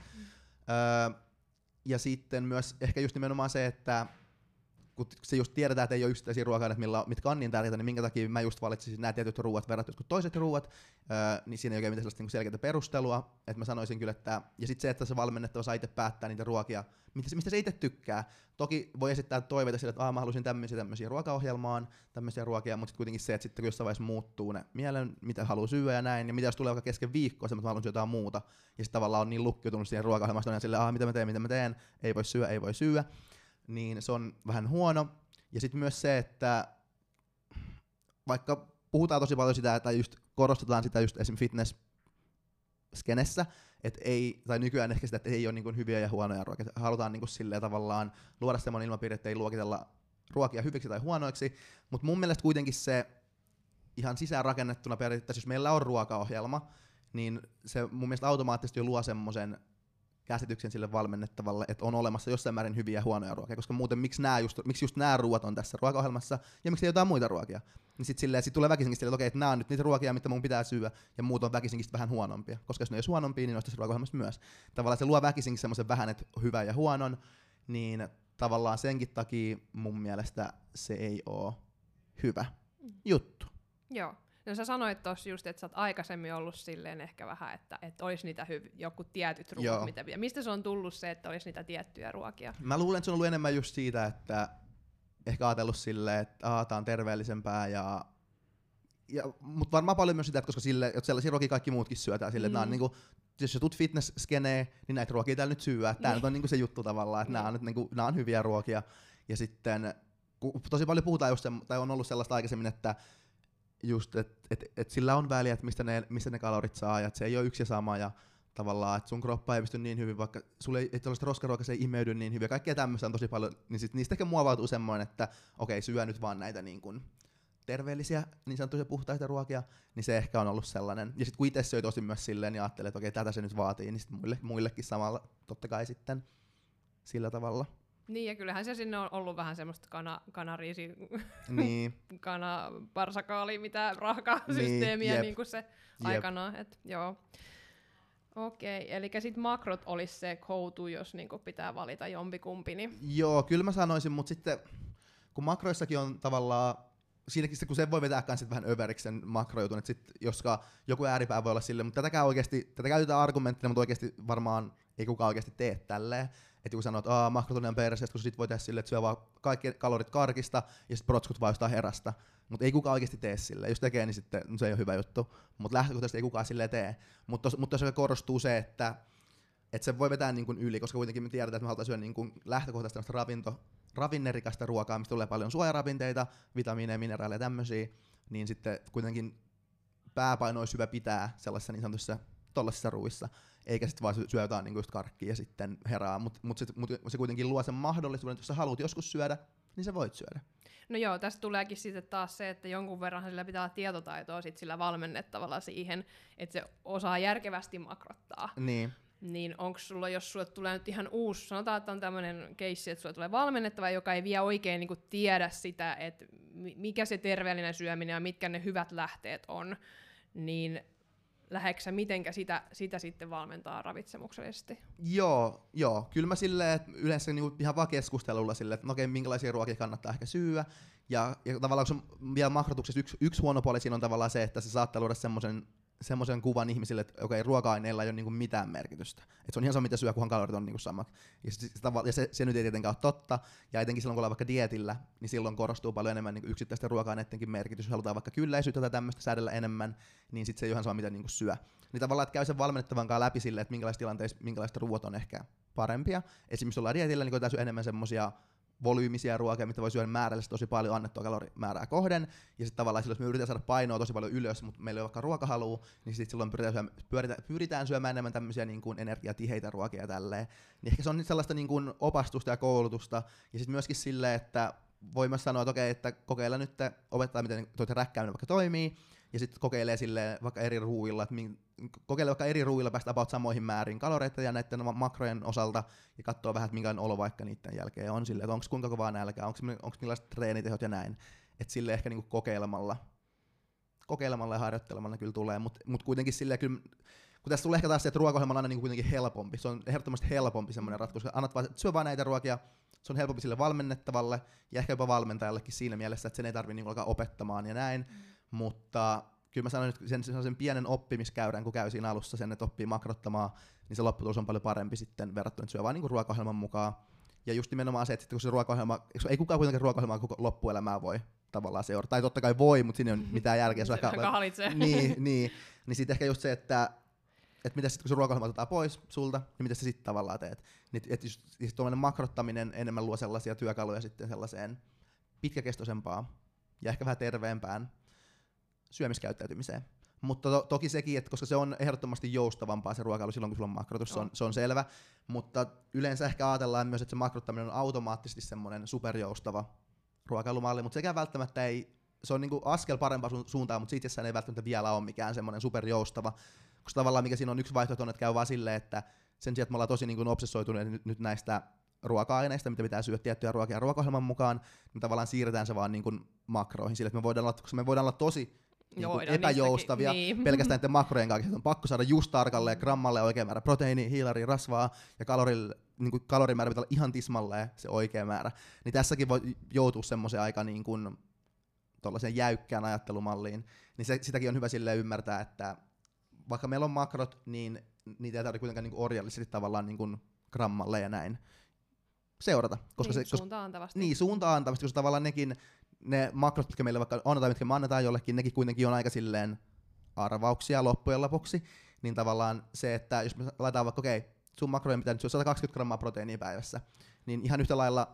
Ja sitten myös ehkä just nimenomaan se, että kun se just tiedetään, että ei ole yksittäisiä ruoka-aineita, mitkä on niin tärkeitä, niin minkä takia mä just valitsin nämä tietyt ruuat verrattuna jotkut toiset ruuat, niin siinä ei oikein mitään sellaista niin selkeää perustelua. Että mä sanoisin kyllä, että ja sitten se, että se valmennettava saa itse päättää niitä ruokia, mistä se itse tykkää. Toki voi esittää toiveita sille, että mä haluaisin tämmöisiä ruokaohjelmaan, tämmöisiä ruokia, mutta sitten kuitenkin se, että sitten kun jossain vaiheessa muuttuu ne mielen, mitä haluaa syödä ja näin, ja mitä jos tulee vaikka kesken viikkoa, että mä haluan syödä jotain muuta, ja sitten tavallaan on niin lukkiutunut siihen ruokaohjelmaan, että silleen, mitä mä teen, ei voi syödä, niin se on vähän huono. Ja sitten myös se, että vaikka puhutaan tosi paljon sitä, tai just korostetaan sitä just esim. Fitness-skenessä, että ei, tai nykyään ehkä sitä, että ei ole niin kuin hyviä ja huonoja ruokia. Halutaan niin kuin silleen tavallaan luoda semmoinen ilmapiiri, että ei luokitella ruokia hyviksi tai huonoiksi, mutta mun mielestä kuitenkin se ihan sisäänrakennettuna periaatteessa, jos meillä on ruokaohjelma, niin se mun mielestä automaattisesti jo luo semmoisen käsityksen sille valmennettavalle, että on olemassa jossain määrin hyviä ja huonoja ruokia, koska muuten miksi just nämä ruoat on tässä ruokaohjelmassa ja miksi ei jotain muita ruokia. Niin sitten tulee väkisinkin silleen, että okei, että nämä on nyt niitä ruokia, mitä mun pitää syödä ja muut on väkisinkin vähän huonompia, koska jos ne ei ole huonompia, niin ne on tässä ruokaohjelmassa myös. Tavallaan se luo väkisinkin semmoisen vähän, että hyvä ja huonon, niin tavallaan senkin takia mun mielestä se ei ole hyvä juttu. Joo. No sä sanoit tossa just, että sä oot aikaisemmin ollut silleen ehkä vähän, että olisi niitä joku tietyt ruoat, mitä pitää. Mistä se on tullut se, että olisi niitä tiettyjä ruokia? Mä luulen, että se on ollut enemmän just siitä, että ehkä ajatellut silleen, että tää on terveellisempää mutta varmaan paljon myös sitä, että koska että sellaisia ruokia kaikki muutkin syötään silleen, että niinku, jos sä tulet fitness-skeneen, niin näitä ruokia täällä nyt syödä. Tää nyt on niinku se juttu tavallaan, että nämä on hyviä ruokia. Ja sitten, kun tosi paljon puhutaan just tai on ollut sellaista aikaisemmin, että just, että sillä on väliä, että mistä ne kalorit saa, ja että se ei ole yksi ja sama, ja tavallaan, että sun kroppa ei pysty niin hyvin, vaikka sulle ei tällaista roskaruokaa, se ei imeydy niin hyvin, ja kaikkea tämmöistä on tosi paljon, niin sit niistä ehkä muovautuu semmoinen, että okei, syö nyt vaan näitä niin kuin terveellisiä, niin sanottuja puhtaita ruokia, niin se ehkä on ollut sellainen. Ja sitten kun itse söi tosi myös silleen, niin ajattelin, että okei, tätä se nyt vaatii, niin sitten muillekin samalla totta kai sitten sillä tavalla. Niin, ja kyllähän se sinne on ollut vähän semmoista kanariisi, niin. parsakaali, mitä rahkasysteemiä niin kuin se aikanaan. Et, joo. Okei, eli sitten makrot olisi se go-to, jos niinku pitää valita jompikumpi. Niin. Joo, kyllä mä sanoisin, mutta sitten kun makroissakin on tavallaan, siinäkin se, kun se voi vetää kans vähän överiksi sen makrojutun, että sit, joska joku ääripää voi olla silleen, mutta tätä käytetään argumenttina, mutta oikeasti varmaan ei kukaan oikeasti tee tälleen. Että joku sanoo, että makrot on ihan perseestä, kun sit voi tehdä silleen, että syö vaan kaikki kalorit karkista ja sitten protskut vaan jostain herästä. Mutta ei kukaan oikeasti tee silleen. Jos tekee, niin sitten no se ei ole hyvä juttu. Mutta lähtökohtaisesti ei kukaan silleen tee. Mutta tosiaan korostuu se, että se voi vetää niin kuin yli, koska kuitenkin me tiedetään, että me halutaan syödä niin kuin lähtökohtaisesti ravinnerikasta ruokaa, mistä tulee paljon suojaravinteita, vitamiineja, mineraaleja ja tämmöisiä, niin sitten kuitenkin pääpaino olisi hyvä pitää sellaisissa niin sanotussa tollaisissa ruuissa, eikä sitten vaan syö jotain niin just karkkia ja sitten herää, mutta se kuitenkin luo sen mahdollisuuden, että jos sä haluat joskus syödä, niin sä voit syödä. No joo, tästä tuleekin sitten taas se, että jonkun verran sillä pitää olla tietotaitoa sit sillä valmennettavalla siihen, että se osaa järkevästi makrottaa. Niin onko sulla, jos sulle tulee nyt ihan uusi, sanotaan, että on tämmöinen keissi, että sulle tulee valmennettava, joka ei vielä oikein niin kuin tiedä sitä, että mikä se terveellinen syöminen ja mitkä ne hyvät lähteet on, niin lähdetkö sä mitenkä sitä sitten valmentaa ravitsemuksellisesti? Joo. Kyllä mä silleen, että yleensä niinku ihan vaan keskustelulla silleen, että okei, minkälaisia ruokia kannattaa ehkä syödä. Ja tavallaan kun se on vielä makrotuksessa yksi huono puoli siinä on tavallaan se, että se saattaa luoda semmoisen kuvan ihmisille, että okei, ruoka-aineilla ei ole niinku mitään merkitystä. Et se on ihan sama, mitä syö, kunhan kalorit on niinku samat. Ja se nyt ei tietenkään ole totta. Ja etenkin silloin, kun ollaan vaikka dietillä, niin silloin korostuu paljon enemmän niinku yksittäisten ruoka-aineidenkin merkitys. Jos halutaan vaikka kylläisyyttä tai tämmöistä säädellä enemmän, niin sitten se ei ole ihan sama, mitä niinku syö. Niin tavallaan, että käy sen valmennettavankaan läpi silleen, että minkälaisissa tilanteissa minkälaiset ruoat on ehkä parempia. Esimerkiksi ollaan dietillä, niin koetaan syö enemmän semmosia volyymisia ruokia, mitä voi syödä määrällisesti tosi paljon annettua kalorimäärää kohden. Ja sitten tavallaan silloin, jos me yritetään saada painoa tosi paljon ylös, mutta meillä ei ole vaikka ruokahalua, niin sitten silloin pyritään syömään enemmän tämmöisiä niin kuin energiatiheitä ruokia ja tälleen. Niin ehkä se on nyt sellaista niin kuin opastusta ja koulutusta. Ja sitten myöskin silleen, että voi myös sanoa, että okei, että kokeilla nyt, opettaa miten tuo räkkääminen vaikka toimii. Ja sitten kokeilee silleen vaikka eri ruuilla, että kokeilee vaikka eri ruuilla päästä about samoihin määrin kaloreita ja näiden makrojen osalta ja katsoo vähän, että minkälainen olo vaikka niiden jälkeen on silleen, että onko kuinka kovaa nälkää, onko millaiset treenitehot ja näin. Että silleen ehkä niinku kokeilemalla ja harjoittelemalla kyllä tulee, mut kuitenkin silleen kyllä, kun tässä tulee ehkä taas se, että ruokaohjelma on aina niinku kuitenkin helpompi, se on ehdottomasti helpompi semmoinen ratkaisu, annat vaan, syö vaan näitä ruokia, se on helpompi sille valmennettavalle ja ehkä jopa valmentajallekin siinä mielessä, että sen ei tarvitse niinku alkaa opettamaan ja näin. Mutta kyllä mä sanoin, että sen pienen oppimiskäyrän, kun käy siinä alussa sen, että oppii makrottamaan, niin se lopputulos on paljon parempi sitten verrattuna, että syö vaan niin ruokaohjelman mukaan. Ja just nimenomaan se, että kun se ruokaohjelma, ei kukaan kuitenkaan ruokaohjelmaa koko loppuelämää voi tavallaan seurata. Tai totta kai voi, mutta siinä ei ole mitään järkeä. Se kahlitsee. Niin sitten ehkä just se, että mitä sitten kun se ruokaohjelma otetaan pois sulta, niin mitä sä sitten tavallaan teet. Että just tuollainen makrottaminen enemmän luo sellaisia työkaluja sitten sellaiseen pitkäkestoisempaan ja ehkä vähän terveempään syömiskäyttäytymiseen. Mutta toki sekin, että koska se on ehdottomasti joustavampaa se ruokailu silloin, kun sulla on makrotus, se on selvä. Mutta yleensä ehkä ajatellaan myös, että se makrottaminen on automaattisesti semmoinen superjoustava ruokailumalli, mutta sekään välttämättä ei, se on niinku askel parempaan suuntaan, mutta siitä ei välttämättä vielä ole mikään semmoinen superjoustava. Koska tavallaan mikä siinä on yksi vaihtoehto on, että käy vaan silleen, että sen sijaan, että me ollaan tosi niinku obsessoituneet nyt näistä ruoka-aineista, mitä pitää syödä tiettyjä ruokia ruokaohjelman mukaan, niin tavallaan siirretään se vaan niin kuin makroihin sille, että me voidaan olla tosi epäjoustavia pelkästään näiden makrojen kanssa, että on pakko saada just tarkalleen grammalle oikea määrä proteiini, hiilari, rasvaa ja kalorimäärä pitää olla ihan tismalleen se oikea määrä. Niin tässäkin voi joutua semmoiseen aika niin kuin tollaiseen jäykkään ajattelumalliin, niin sitäkin on hyvä silleen ymmärtää, että vaikka meillä on makrot, niin niitä ei tarvitse kuitenkaan niin kuin orjallisesti tavallaan niin kuin grammalle ja näin seurata. Koska niin, suunta-antavasti. Niin, suunta-antavasti, koska tavallaan ne makrot, mitkä meille vaikka on tai mitkä me annetaan jollekin, nekin kuitenkin on aika silleen arvauksia loppujen lopuksi. Niin tavallaan se, että jos me laitetaan vaikka, okei, sun makrojen pitää nyt syödä 120 grammaa proteiinia päivässä, niin ihan yhtä lailla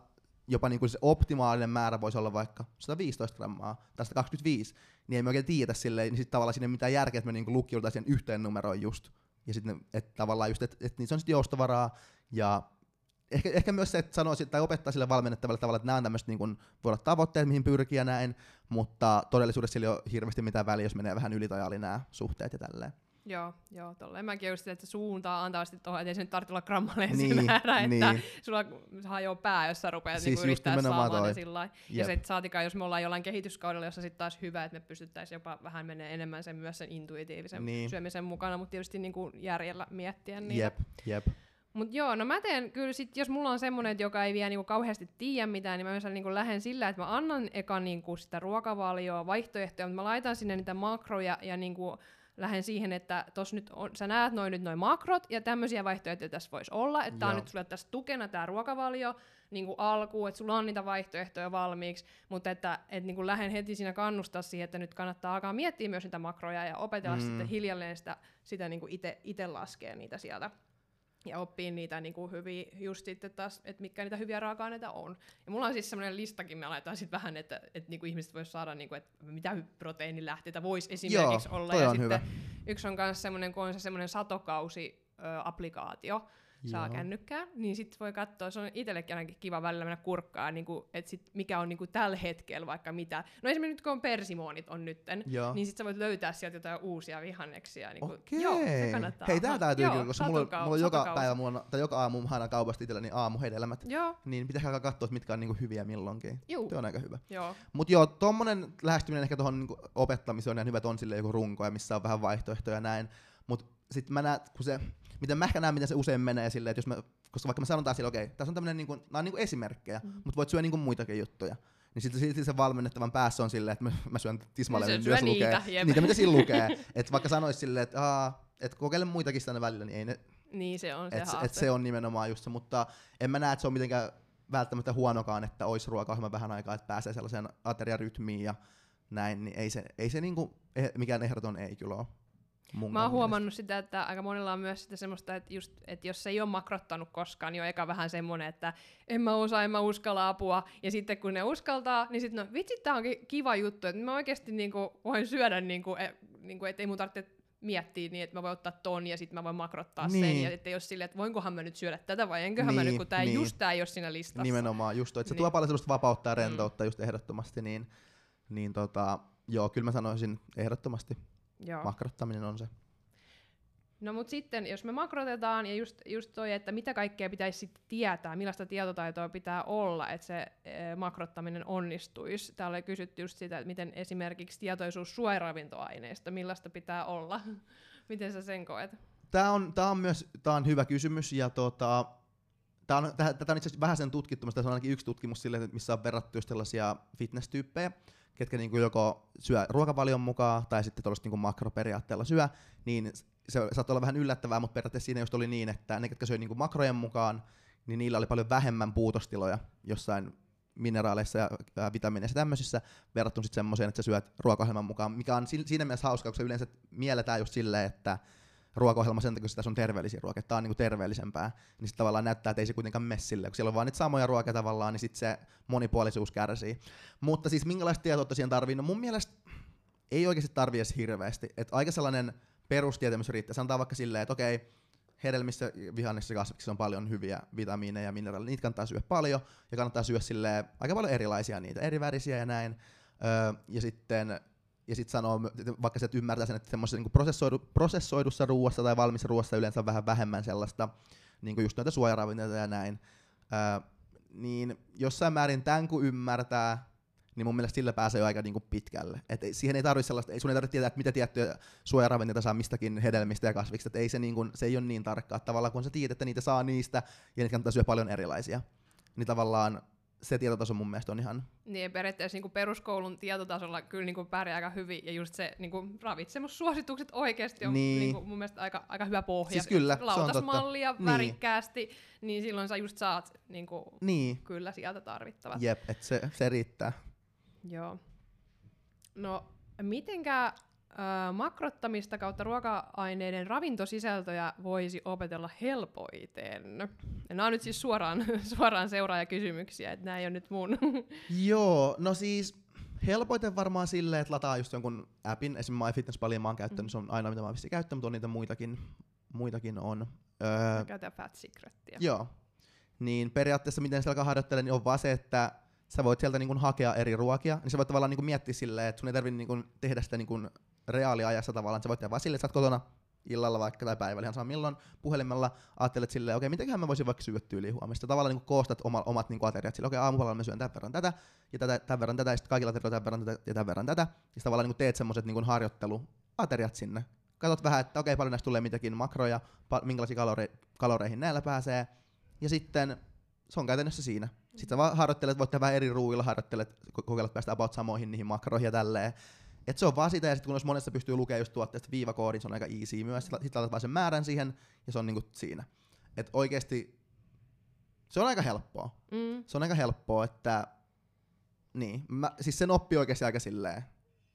jopa niinku se optimaalinen määrä voisi olla vaikka 115 grammaa tai 125, niin ei me oikein tiedetä silleen, niin sitten tavallaan siinä ei mitään järkeä, että me niinku lukkiudutaan siihen yhteen numeroon just. Ja sitten, että tavallaan just, että niissä on sitten joustavaraa, ja ehkä myös se, että sanoo tai opettaa sille valmennettavalle tavalla, että nämä on tämmöiset niin voi olla tavoitteet, mihin pyrkiä näin, mutta todellisuudessa sillä ei ole hirveästi mitään väliä, jos menee vähän yli tai ali nämä suhteet ja tälleen. Joo, tolleen mäkin just, että se suuntaa antavasti tuohon, ettei se nyt tarvitse olla grammaleen se määrä, että sulla hajoaa pää, jos sä rupeat siis niinku yrittää saamaan ne sillä lailla. Ja se saatikaan, jos me ollaan jollain kehityskaudella, jossa sitten taas hyvä, että me pystyttäisiin jopa vähän menee enemmän myös sen intuitiivisen syömisen mukana, mutta tietysti niinku järjellä miettiä niitä. Jep. Mut joo, no mä teen kyllä sit, jos mulla on semmonen, joka ei vielä niinku kauheasti tiedä mitään, niin mä myös niinku lähden sillä, että mä annan eka niinku sitä ruokavalioa, vaihtoehtoja, mutta mä laitan sinne niitä makroja ja niinku lähden siihen, että tos nyt sä näet noin makrot ja tämmöisiä vaihtoehtoja tässä voisi olla, että tää on nyt sulle tässä tukena tää ruokavalio niinku alkuun, että sulla on niitä vaihtoehtoja valmiiksi, mutta että niinku lähden heti siinä kannustaa siihen, että nyt kannattaa alkaa miettiä myös niitä makroja ja opetella sitten hiljalleen sitä niinku ite laskea niitä sieltä. Ja oppii niitä niinku hyviä, just sitten taas, että mitkä niitä hyviä raaka-aineita on. Ja mulla on siis semmoinen listakin, me aletaan sitten vähän, että niinku ihmiset vois saada, niinku, että mitä proteiinilähteitä voisi esimerkiksi olla. Ja sitten yksi on myös semmoinen, kun on se semmoinen satokausi-applikaatio, saa kännykkää, niin sitten voi katsoa, se on itsellekin ainakin kiva välillä mennä kurkkaan, niinku, että sit mikä on niinku tällä hetkellä vaikka mitä. No esimerkiksi nyt kun on persimoonit on nytten, niin sitten sä voit löytää sieltä jotain uusia vihanneksia. Niinku, joo, se kannattaa. Hei, tää täytyy kyllä, koska mulla on joka päivä, tai joka aamu haena kaupasta itselläni aamuhedelmät. Joo. Niin pitää alkaa katsoa, mitkä on niinku hyviä milloinkin. Tuo on aika hyvä. Mut joo, tommonen lähestyminen ehkä tuohon niinku opettamiseen on ihan hyvä, että on silleen joku runko ja missä on vähän vaihtoehtoja ja näin. Mut sit mä näen, kun se miten mä ehkä näen, miten se usein menee silleen, että jos koska vaikka me sanotaan sille, okei, tässä on tämmönen niinku, nämä on niinku esimerkkejä, mutta voit syödä niinku muitakin juttuja. Niin sitten se valmennettavan päässä on silleen, että mä syön tismalleen, jos lukee niitä, mitä siinä lukee. Että vaikka sanois silleen, että kokeile muitakin tänne välillä, niin ei ne. Niin se on se haaste. Et se on nimenomaan just se, mutta en mä näe, että se on mitenkään välttämättä huonokaan, että olisi ruokaohjelma vähän aikaa, että pääsee sellaiseen ateriarytmiin ja näin, niin ei se niinku, mikään ehdoton ei kyllä ole. Mä oon huomannut sitä, että aika monella on myös sitä semmoista, että jos ei ole makrottanut koskaan, niin on eka vähän semmoinen, että en mä uskalla apua. Ja sitten kun ne uskaltaa, niin sitten no vitsi, tää onkin kiva juttu, että mä oikeesti niinku voin syödä, että ei mun tarvitse miettiä niin, että mä voin ottaa ton ja sitten mä voin makrottaa sen. Ja sitten jos silleen, että voinkohan mä nyt syödä tätä vai enköhän mä nyt, kun tää ei ole siinä listassa. Nimenomaan, just että se tuo paljon sellaista vapautta ja rentoutta just ehdottomasti, joo, kyllä mä sanoisin ehdottomasti. Joo. Makrottaminen on se. No mut sitten, jos me makrotetaan, ja just toi, että mitä kaikkea pitäisi sitten tietää, millaista tietotaitoa pitää olla, että se makrottaminen onnistuisi. Täällä oli kysytty just sitä, että miten esimerkiksi tietoisuus suojaravintoaineista, millaista pitää olla. Miten sä sen koet? Tää on hyvä kysymys, ja tätä on itse asiassa vähän sen tutkittu, tässä on ainakin yksi tutkimus sille, missä on verrattu just tällaisia fitness-tyyppejä, ketkä niinku joko syö ruokavalion mukaan tai sitten tuollaista niinku makroperiaatteella syö, niin se saattoi olla vähän yllättävää, mutta periaatteessa siinä just oli niin, että ne, ketkä syö niinku makrojen mukaan, niin niillä oli paljon vähemmän puutostiloja jossain mineraaleissa ja vitamiineissa ja tämmöisissä verrattuna sitten semmoiseen, että sä syöt ruokaohjelman mukaan, mikä on siinä mielessä hauskaa, koska yleensä mielletään just silleen, että ruokaohjelma sen takia, että tässä on terveellisiä ruokia, että tää on niinku terveellisempää, niin sitten tavallaan näyttää, että ei se kuitenkaan mene silleen, kun siellä on vaan niitä samoja ruokia tavallaan, niin sitten se monipuolisuus kärsii. Mutta siis minkälaista tietoa tosiaan tarvii? No mun mielestä ei oikeasti tarvii edes hirveästi, että aika sellainen perustietämys riittää. Sanotaan vaikka silleen, että okei, hedelmissä, vihannekissa ja kasviksissa on paljon hyviä vitamiineja ja mineraaleja, niitä kannattaa syödä paljon, ja kannattaa syödä silleen aika paljon erilaisia niitä, eri värisiä ja näin, ja sitten sanoo, vaikka se ymmärtää sen, että semmoisessa niin prosessoidussa ruuassa tai valmissa ruuassa yleensä on vähän vähemmän sellaista, niin kuin just noita suojaravinteita ja näin, niin jossain määrin tämän kun ymmärtää, niin mun mielestä sillä pääsee jo aika niin kuin pitkälle. Et siihen ei tarvitse sellaista, sun ei tarvitse tietää, että mitä tiettyjä suojaravinteita saa mistäkin hedelmistä ja kasviksista, ei se, niin kuin, se ei ole niin tarkkaa. Tavallaan kun sä tiedät, että niitä saa niistä ja niitä kannattaa syödä paljon erilaisia, niin tavallaan se tietotaso mun mielestä on ihan. Niin periaatteessa niin peruskoulun tietotasolla kyllä niin pärjää aika hyvin, ja just se niin ravitsemussuositukset oikeasti on niin mun mielestä aika hyvä pohja. Siis kyllä, lautasmallia värikkäästi, niin silloin sä just saat kyllä sieltä tarvittavat. Jep, että se riittää. Joo. No mitenkä makrottamista kautta ruoka-aineiden ravintosisältöjä voisi opetella helpoiten? Ja nämä on nyt siis suoraan seuraajakysymyksiä, että nämä ei ole nyt mun. Joo, no siis helpoiten varmaan silleen, että lataa just jonkun appin, esimerkiksi MyFitnessPalia mä oon käyttänyt, se on aina mitä mä oon käyttänyt, mutta on niitä muitakin on. Mä käytän Fat Secretia. Joo, niin periaatteessa miten se alkaa harjoittelemaan, niin on vaan se, että sä voit sieltä niin hakea eri ruokia, niin sä voit tavallaan niin miettiä silleen, että sun ei tarvitse niin tehdä sitä niin reaaliajassa tavallaan, että sä voit tehdä vaan silleen, että sä oot kotona illalla vaikka tai päivällä ihan saa milloin puhelimella, ajattelet silleen, okei, mitenköhän mä voisin vaikka syödä tyyliin huomista. Tavallaan niin koostat omat niin ateriat silleen, okei, aamupäivällä mä syön tämän verran tätä, ja tämän verran tätä, ja sitten kaikilla aterioilla tämän verran tätä, ja tämän verran tätä. Ja sitten tavallaan niin teet semmoset niin harjoitteluateriat sinne. Katsot vähän, että okei, paljon näistä tulee mitäkin makroja, minkälaisiin kaloreihin näillä pääsee, ja sitten se on käytännössä siinä. Sitten sä vaan harjoittelet, voit tehdä vähän eri ruuilla, harjoittelet, kokeilet päästä about samoihin niihin makroihin ja tälleen. Et se on vaan sitä, ja sitten kun jos monessa pystyy lukemaan just tuotteesta viivakoodin, se on aika easy myös. Sitten laitat vaan sen määrän siihen, ja se on niinku siinä. Et oikeesti se on aika helppoa. Se on aika helppoa, että niin. Siis sen oppii oikeesti aika silleen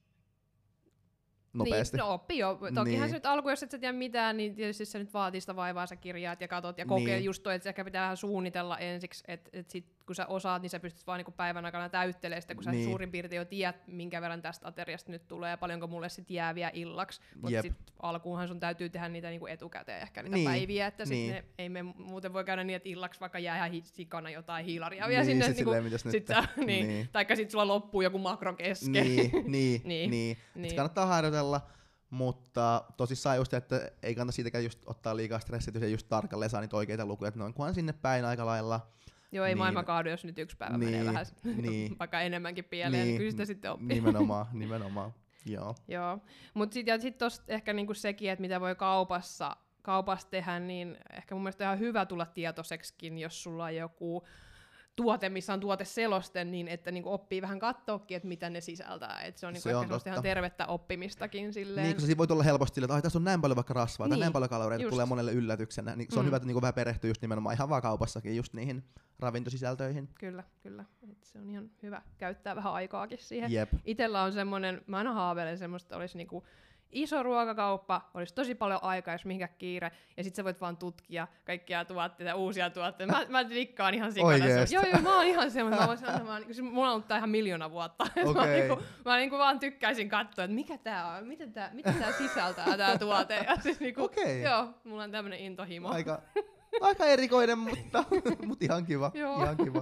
nopeasti. Niin, no oppii jo. Tokihan se nyt alkuun, jos et sä tiedä mitään, niin tietysti se nyt vaatii sitä vaivaa, sä kirjaat ja katot ja kokeilet just toi, että se ehkä pitää vähän suunnitella ensiksi, että sit kun sä osaat, niin sä pystyt vaan niinku päivän aikana täyttelemään sitä, kun sä suurin piirtein jo tiedät, minkä verran tästä ateriasta nyt tulee ja paljonko mulle sit jää vielä illaksi. Mutta sit alkuunhan sun täytyy tehdä niitä niinku etukäteen ehkä niitä päiviä, että sit ei me muuten voi käydä niin, että illaksi vaikka jää ihan sikana jotain hiilaria vielä sinne. Sit silleen, taikka sit sulla loppuu joku makro kesken. Niin. Se kannattaa harjoitella. Mutta tosissaan just, että ei kannata siitäkään just ottaa liikaa stressiä, jos ei just tarkalleen saa niitä oikeita lukuja, että noin kunhan sinne päin aika lailla. Joo, ei maailma kaadu, jos nyt yksi päivä menee vähän vaikka enemmänkin pieleen, niin kyllä sitä sitten oppii. Nimenomaan, joo. Mutta sitten tossa ehkä niinku sekin, että mitä voi kaupassa tehdä, niin ehkä mun mielestä on ihan hyvä tulla tietoiseksikin, jos sulla on joku tuote, missä on tuoteseloste, niin että niinku oppii vähän katsoakin, että mitä ne sisältää. Et se on, niinku ehkä ihan tervettä oppimistakin. Silleen. Niin, koska voi tulla helposti silleen, että ai, tässä on näin paljon vaikka rasvaa tai näin paljon kaloreita, tulee monelle yllätyksenä. Niin se on hyvä, että niinku vähän perehtyy just nimenomaan ihan vaan kaupassakin just niihin ravintosisältöihin. Kyllä. Et se on ihan hyvä käyttää vähän aikaakin siihen. Jep. Itellä on semmoinen, mä aina haaveilen semmoista, että olisi niinku iso ruokakauppa, olisi tosi paljon aikaa, jos mihinkään kiire, ja sit sä voit vaan tutkia kaikkia tuotteita, uusia tuotteita. Mä dikkaan ihan sikana. Joo, mä oon ihan semmoinen, mulla on ollut tää ihan 1,000,000 vuotta. Okay. Mä niinku vaan tykkäisin katsoa, että mikä tää on, mitä tää sisältää tää tuote. Ja siis niinku, joo, mulla on tämmönen intohimo. Aika erikoinen, mutta ihan kiva. Ihan kiva,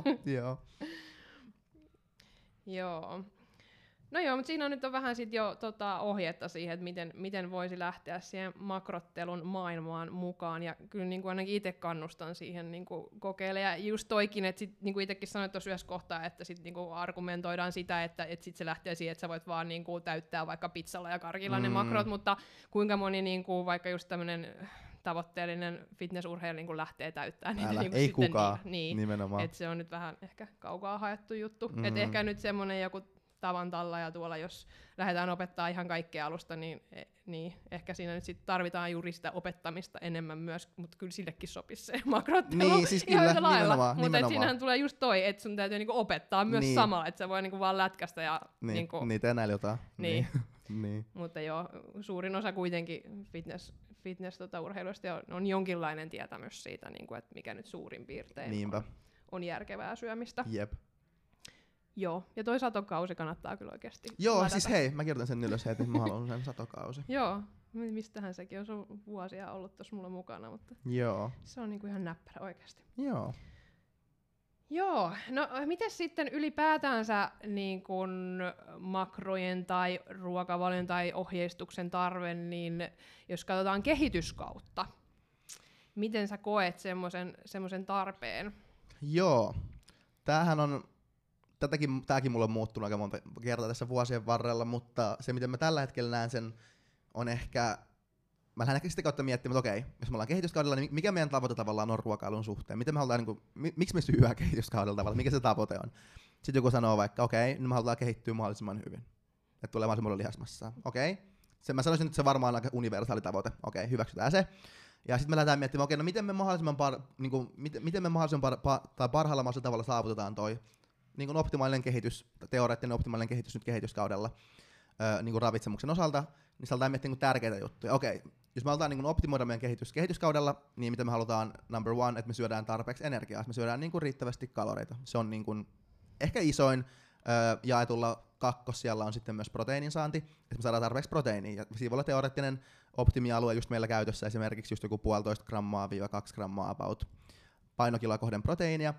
joo. No joo, mutta siinä nyt on vähän sit jo ohjetta siihen, että miten voisi lähteä siihen makrottelun maailmaan mukaan. Ja kyllä niin kuin ainakin itse kannustan siihen niin kuin kokeilemaan. Ja just toikin, että sit, niin kuin itsekin sanoit tuossa yhdessä kohtaa, että sit niin kuin argumentoidaan sitä, että sit se lähtee siihen, että sä voit vaan niin kuin täyttää vaikka pizzalla ja karkilla ne makrot, mutta kuinka moni niin kuin, vaikka just tämmöinen tavoitteellinen fitnessurheilija niin lähtee täyttämään niitä. Niin ei kukaan, nimenomaan. Et se on nyt vähän ehkä kaukaa haettu juttu. Et ehkä nyt semmoinen joku tavan talla ja tuolla, jos lähdetään opettaa ihan kaikkea alusta, niin ehkä siinä nyt sit tarvitaan juuri sitä opettamista enemmän myös, mutta kyllä sillekin sopisi se makrottelu. Niin, siis kyllä, nimenomaan. Mutta siinähän tulee just toi, että sun täytyy niinku opettaa myös samalla, että sä voi niinku vaan lätkästä ja niin tee näillä jotain. Niin. Mutta joo, suurin osa kuitenkin fitness-urheiluista on jonkinlainen tietämys siitä, niinku, että mikä nyt suurin piirtein on järkevää syömistä. Jep. Joo, ja toi satokausi kannattaa kyllä oikeasti ladata. Siis hei, mä kirjoitan sen ylös heti, mä haluan sen satokausi. Joo, mistähän sekin on, se on vuosia ollut tuossa mulla mukana, mutta se on niinku ihan näppärä oikeasti. Joo, no miten sitten ylipäätänsä niin kun makrojen tai ruokavalion tai ohjeistuksen tarve, niin jos katsotaan kehityskautta, miten sä koet semmoisen tarpeen? Joo, tämäkin mulla on muuttunut aika monta kertaa tässä vuosien varrella, mutta se miten mä tällä hetkellä näen sen on ehkä, mä lähden ehkä sitä kautta miettimään, että okei, jos me ollaan kehityskaudella, niin mikä meidän tavoite tavallaan on ruokailun suhteen? Miten me halutaan, miksi me syödään kehityskaudella tavallaan, mikä se tavoite on? Sitten joku sanoo vaikka, okei, nyt me halutaan kehittyä mahdollisimman hyvin, että tulee mahdollisimman lihasmassaa. Okei, mä sanoisin, että se varmaan on aika universaali tavoite, okei, hyväksytään se. Ja sitten me lähdetään miettimään, okei, no miten me mahdollisimman parhaalla mahdollisella tavalla saavutetaan toi niin kuin optimaalinen kehitys, teoreettinen optimaalinen kehitys nyt kehityskaudella. niinku ravitsemuksen osalta, niin se aletaan miettiä niinku tärkeitä juttuja. Okei, jos me halutaan niinku optimoida meidän kehityskaudella, niin mitä me halutaan number one, että me syödään tarpeeksi energiaa, me syödään niinku riittävästi kaloreita. Se on niinku ehkä isoin jaetulla kakkosijalla on sitten myös proteiinin saanti, että me saadaan tarpeeksi proteiinia. Ja siinä voi olla teoreettinen optimialue just meillä käytössä, esimerkiksi just joku 1,5 grammaa - 2 grammaa about painokiloa kohden proteiinia,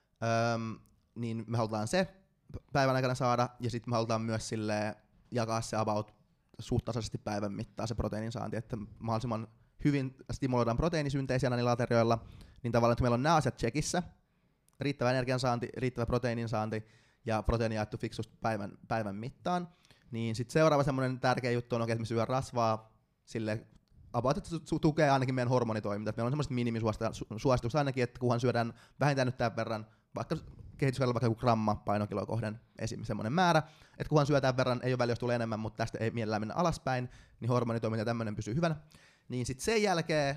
niin me halutaan se päivän aikana saada, ja sitten me halutaan myös silleen jakaa se about suht tasaisesti päivän mittaan se proteiinin saanti, että mahdollisimman hyvin stimuloidaan proteiinisynteisiä niillä aterioilla, niin tavallaan, että meillä on nämä asiat checkissä, riittävä energiansaanti, riittävä proteiinin saanti, ja proteiini jaettu fiksusti päivän mittaan, niin sitten seuraava semmoinen tärkeä juttu on, että me syödään rasvaa sille about, että se tukee ainakin meidän hormonitoimintaa. Meillä on semmoiset minimisuositukset ainakin, että kunhan syödään vähintään nyt tämän verran, vaikka kehityskaudella vaikka joku gramma painokiloa kohden esim. Semmoinen määrä, että kunhan syö tämän verran, ei ole väliä, jos tulee enemmän, mutta tästä ei mielellään mennä alaspäin, niin hormonitoiminta ja tämmöinen pysyy hyvänä. Niin sitten sen jälkeen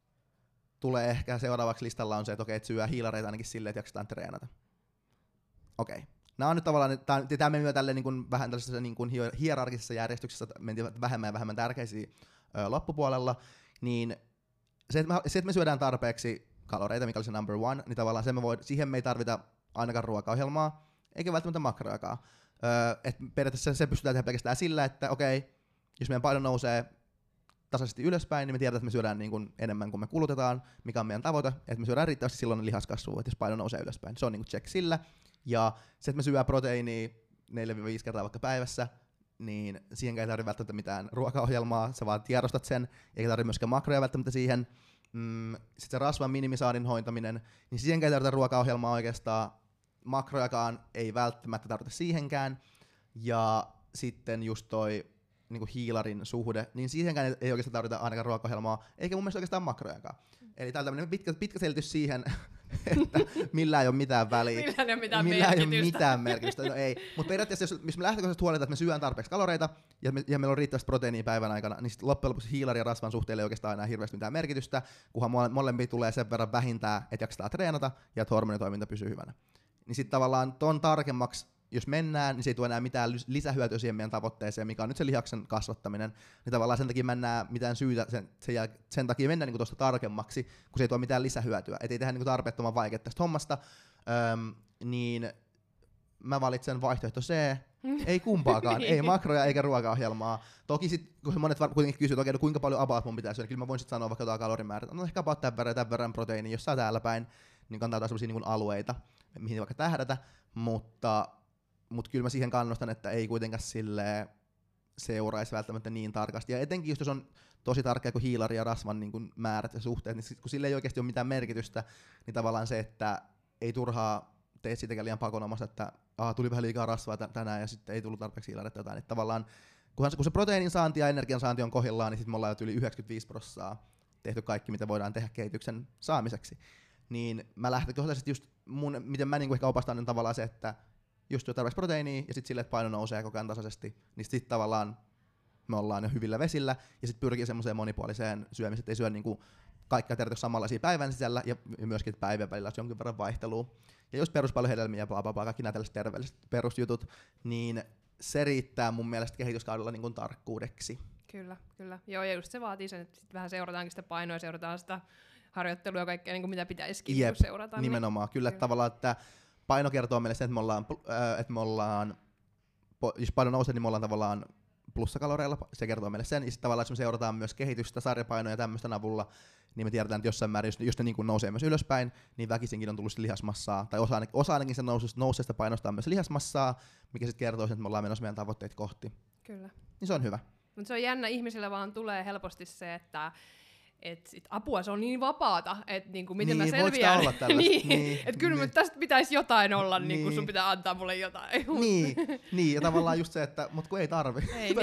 tulee ehkä seuraavaksi listalla on se, että okei, että syö hiilareita ainakin silleen, että jaksetaan treenata. Okei. Nämä on nyt tavallaan, tämä menee tälleen niin kuin vähän tällaisessa niin kuin hierarkisessa järjestyksessä, mentiin vähemmän ja vähemmän tärkeisiä loppupuolella, niin se, että me syödään tarpeeksi kaloreita, mikä oli se number one, niin tavallaan siihen me ei tarvita ainakaan ruokaohjelmaa, eikä välttämättä makrojakaan. Et periaatteessa se pystytään tehdä pelkästään sillä, että okei, jos meidän paino nousee tasaisesti ylöspäin, niin me tiedetään, että me syödään niin kuin enemmän kuin me kulutetaan, mikä on meidän tavoite, että me syödään riittävästi silloin lihaskasvua, että jos paino nousee ylöspäin. Se on niin kuin check sillä. Ja se, että me syödään proteiinia 4-5 kertaa vaikka päivässä, niin siihen ei tarvitse välttämättä mitään ruokaohjelmaa, sä vaan tiedostat sen, eikä tarvitse myöskään makroja välttämättä siihen. Sitten se rasvan minimisaadin hoitaminen, niin siihen ei tarvita ruokaohjelmaa oikeastaan, makrojakaan ei välttämättä tarvita siihenkään. Ja sitten just toi niinku hiilarin suhde, niin siihenkään ei oikeastaan tarvita ainakaan ruokaohjelmaa, eikä mun mielestä oikeastaan makrojakaan. Eli tää on tämmönen pitkä selitys siihen, että millään ei ole mitään väliä. Millään ei ole mitään merkitystä. No ei. Mutta periaatteessa, jos me lähtökohtaisesti huolitaan, että me syödään tarpeeksi kaloreita ja meillä on riittävästi proteiinia päivän aikana, niin sitten loppujen lopuksi hiilarin ja rasvan suhteelle ei oikeastaan enää hirveästi mitään merkitystä, kunhan molemmia tulee sen verran vähintään, että jaksetaan treenata ja että hormonitoiminta pysyy hyvänä. Niin sitten tavallaan ton tarkemmaksi, jos mennään, niin se ei tule enää mitään lisähyötyä siihen meidän tavoitteeseen, mikä on nyt se lihaksen kasvattaminen. Niin tavallaan sen takia mennään mitään syytä, sen takia mennään niinku tuosta tarkemmaksi, kun se ei tuo mitään lisähyötyä. Et ei tehdä niinku tarpeettoman vaikeaa tästä hommasta. Niin mä valitsen vaihtoehto C, ei kumpaakaan, ei makroja eikä ruokaohjelmaa. Toki sit, kun monet kuitenkin kysyvät, okay, no kuinka paljon about mun pitää syödä, kyllä mä voin sit sanoa vaikka jotain kalorimäärää, no ehkä about tämän verran proteiinia jossain täällä päin, niin kannattaa jotain sellaisia niin alueita, mihin vaikka tähdätä, mutta kyllä mä siihen kannustan, että ei kuitenkaan silleen seuraisi välttämättä niin tarkasti. Ja etenkin just jos on tosi tarkkaa kuin hiilari ja rasvan niin kuin määrät ja suhteet, niin kun sille ei oikeasti ole mitään merkitystä, niin tavallaan se, että ei turhaa tee siitäkään liian pakonomassa, että tuli vähän liikaa rasvaa tänään ja sitten ei tullut tarpeeksi hiilaria tai jotain. Että tavallaan kun se proteiinin saanti ja energian saanti on kohdillaan, niin sitten me ollaan jo yli 95% tehty kaikki, mitä voidaan tehdä kehityksen saamiseksi. Niin mä lähtökohtaisesti just miten mä niinku ehkä opastan, niin tavallaan se, että just jo tarpeeksi proteiinia ja sitten sille, että paino nousee koko ajan tasaisesti, niin sitten tavallaan me ollaan jo hyvillä vesillä ja sitten pyrkii semmoiseen monipuoliseen syömiseen, että ei syö niinku kaikkia terveitä samanlaisia päivän sisällä ja myöskin päivän välillä olisi jonkin verran vaihtelua. Ja just peruspalveluhedelmiä ja bla bla bla, kaikki nämä tällaiset terveelliset perusjutut, niin se riittää mun mielestä kehityskaudella niin kuin tarkkuudeksi. Kyllä. Joo, ja just se vaatii sen, että sit vähän seurataankin sitä painoa ja seurataan sitä harjoittelua ja kaikkea, niin kuin mitä pitäisikin seurata. Nimenomaan. Kyllä. Tavallaan, että paino kertoo meille sen, että me ollaan, jos paino nousee, niin me ollaan tavallaan plussakaloreilla, se kertoo meille sen, ja sitten tavallaan, jos me seurataan myös kehitystä, sarjapainoja ja tämmöisten avulla, niin me tiedetään, että jossain määrin, jos ne niin kuin nousee myös ylöspäin, niin väkisinkin on tullut lihasmassaa, tai osa ainakin sen nouseesta painosta on myös lihasmassaa, mikä sitten kertoo sen, että me ollaan menossa meidän tavoitteet kohti. Kyllä. Niin se on hyvä. Mutta se on jännä, ihmisillä vaan tulee helposti se, että apua, se on niin vapaata, että niinku, miten mä selviän. niin. Että kyllä tästä pitäisi jotain olla, niin kun sun pitää antaa mulle jotain. niin, ja tavallaan just se, että mut kun ei tarvi.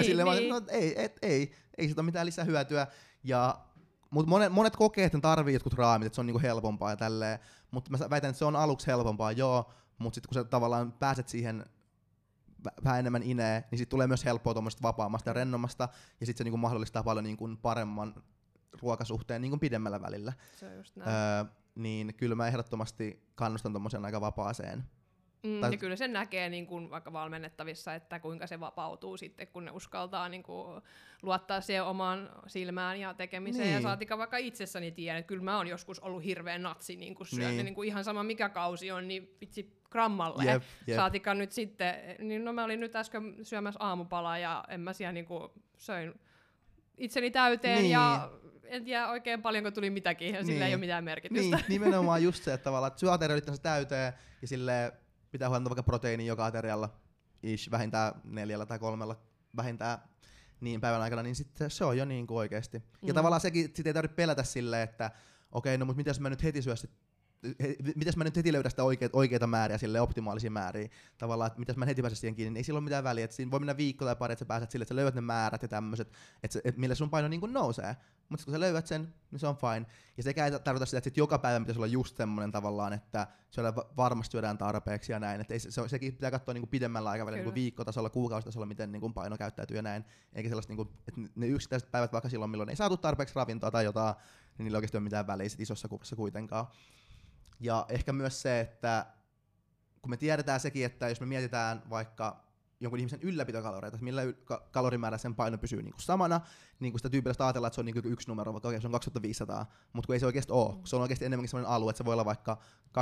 Ei siitä ole mitään lisähyötyä. Mutta monet kokee, että ne tarvii jotkut raamit, että se on niinku helpompaa ja tälleen. Mutta mä väitän, että se on aluksi helpompaa, joo, mutta sitten kun sä tavallaan pääset siihen vähän enemmän ineen, niin sitten tulee myös helppoa tuommoista vapaammasta ja rennommasta, ja sitten se niinku mahdollistaa paljon niinku paremman ruokasuhteen niin kuin pidemmällä välillä. Se on just näin. Niin kyllä mä ehdottomasti kannustan tommoseen aika vapaaseen Ja kyllä se näkee niin kuin vaikka valmennettavissa, että kuinka se vapautuu sitten, kun ne uskaltaa niin kuin luottaa siihen omaan silmään ja tekemiseen. Niin. Ja saatika vaikka itsessäni tiedän, että kyllä mä oon joskus ollut hirveän natsi niin kuin syönyt. Niin kuin ihan sama mikä kausi on, niin vitsi grammalle. Jep. Saatika nyt sitten, niin no mä olin nyt äsken syömässä aamupalaa ja en mä siellä niin kuin söin itseni täyteen ja en tiedä oikein paljonko tuli mitäkin ja sillä ei ole mitään merkitystä. Niin, nimenomaan just se, että tavallaan että syö ateria itsensä täyteen ja silleen pitää huolta vaikka proteiini joka aterialla vähintään 4 tai 3 vähintään niin päivän aikana, niin sitten se on jo niin kuin oikeesti. Ja tavallaan sekin sit ei tarvitse pelätä silleen, että okei, no mutta mitäs mä nyt heti mitäs mä nyt heti löydän sitä oikeita määriä, sille optimaalisia määriä. Tavallaan, että mitäs mä heti pääsen siihen kiinni, niin ei sillä ole mitään väliä. Että siinä voi mennä viikko tai pari, että sä pääset sille, että sä löydät ne määrät ja tämmöiset, että millä sun paino niin kuin nousee. Mutta kun sä löydät sen, niin se on fine. Ja sekä ei tarkoita sitä, että sit joka päivä pitäisi olla just semmoinen tavallaan, että varmasti syödään tarpeeksi ja näin. Että sekin pitää katsoa niin kuin pidemmällä aikavälillä, niin viikkotasolla, kuukausitasolla, miten niin kuin paino käyttäytyy ja näin. Eikä sellaista, niin kuin, että ne yksittäiset päivät vaikka silloin, milloin ei saatu tarpeeksi ravintoa tai jotain, niin niillä oikeasti ei ole mitään väliä sit isossa kuvassa kuitenkaan. Ja ehkä myös se, että kun me tiedetään sekin, että jos me mietitään vaikka jonkun ihmisen ylläpitokaloreita, että millä kalorimäärä sen paino pysyy niin kuin samana, niin kuin sitä tyypillistä ajatellaan, että se on niin kuin yksi numero, vaikka se on 2500, mutta kun ei se oikeasti ole. Se on oikeasti enemmänkin sellainen alue, että se voi olla vaikka 2200-2500,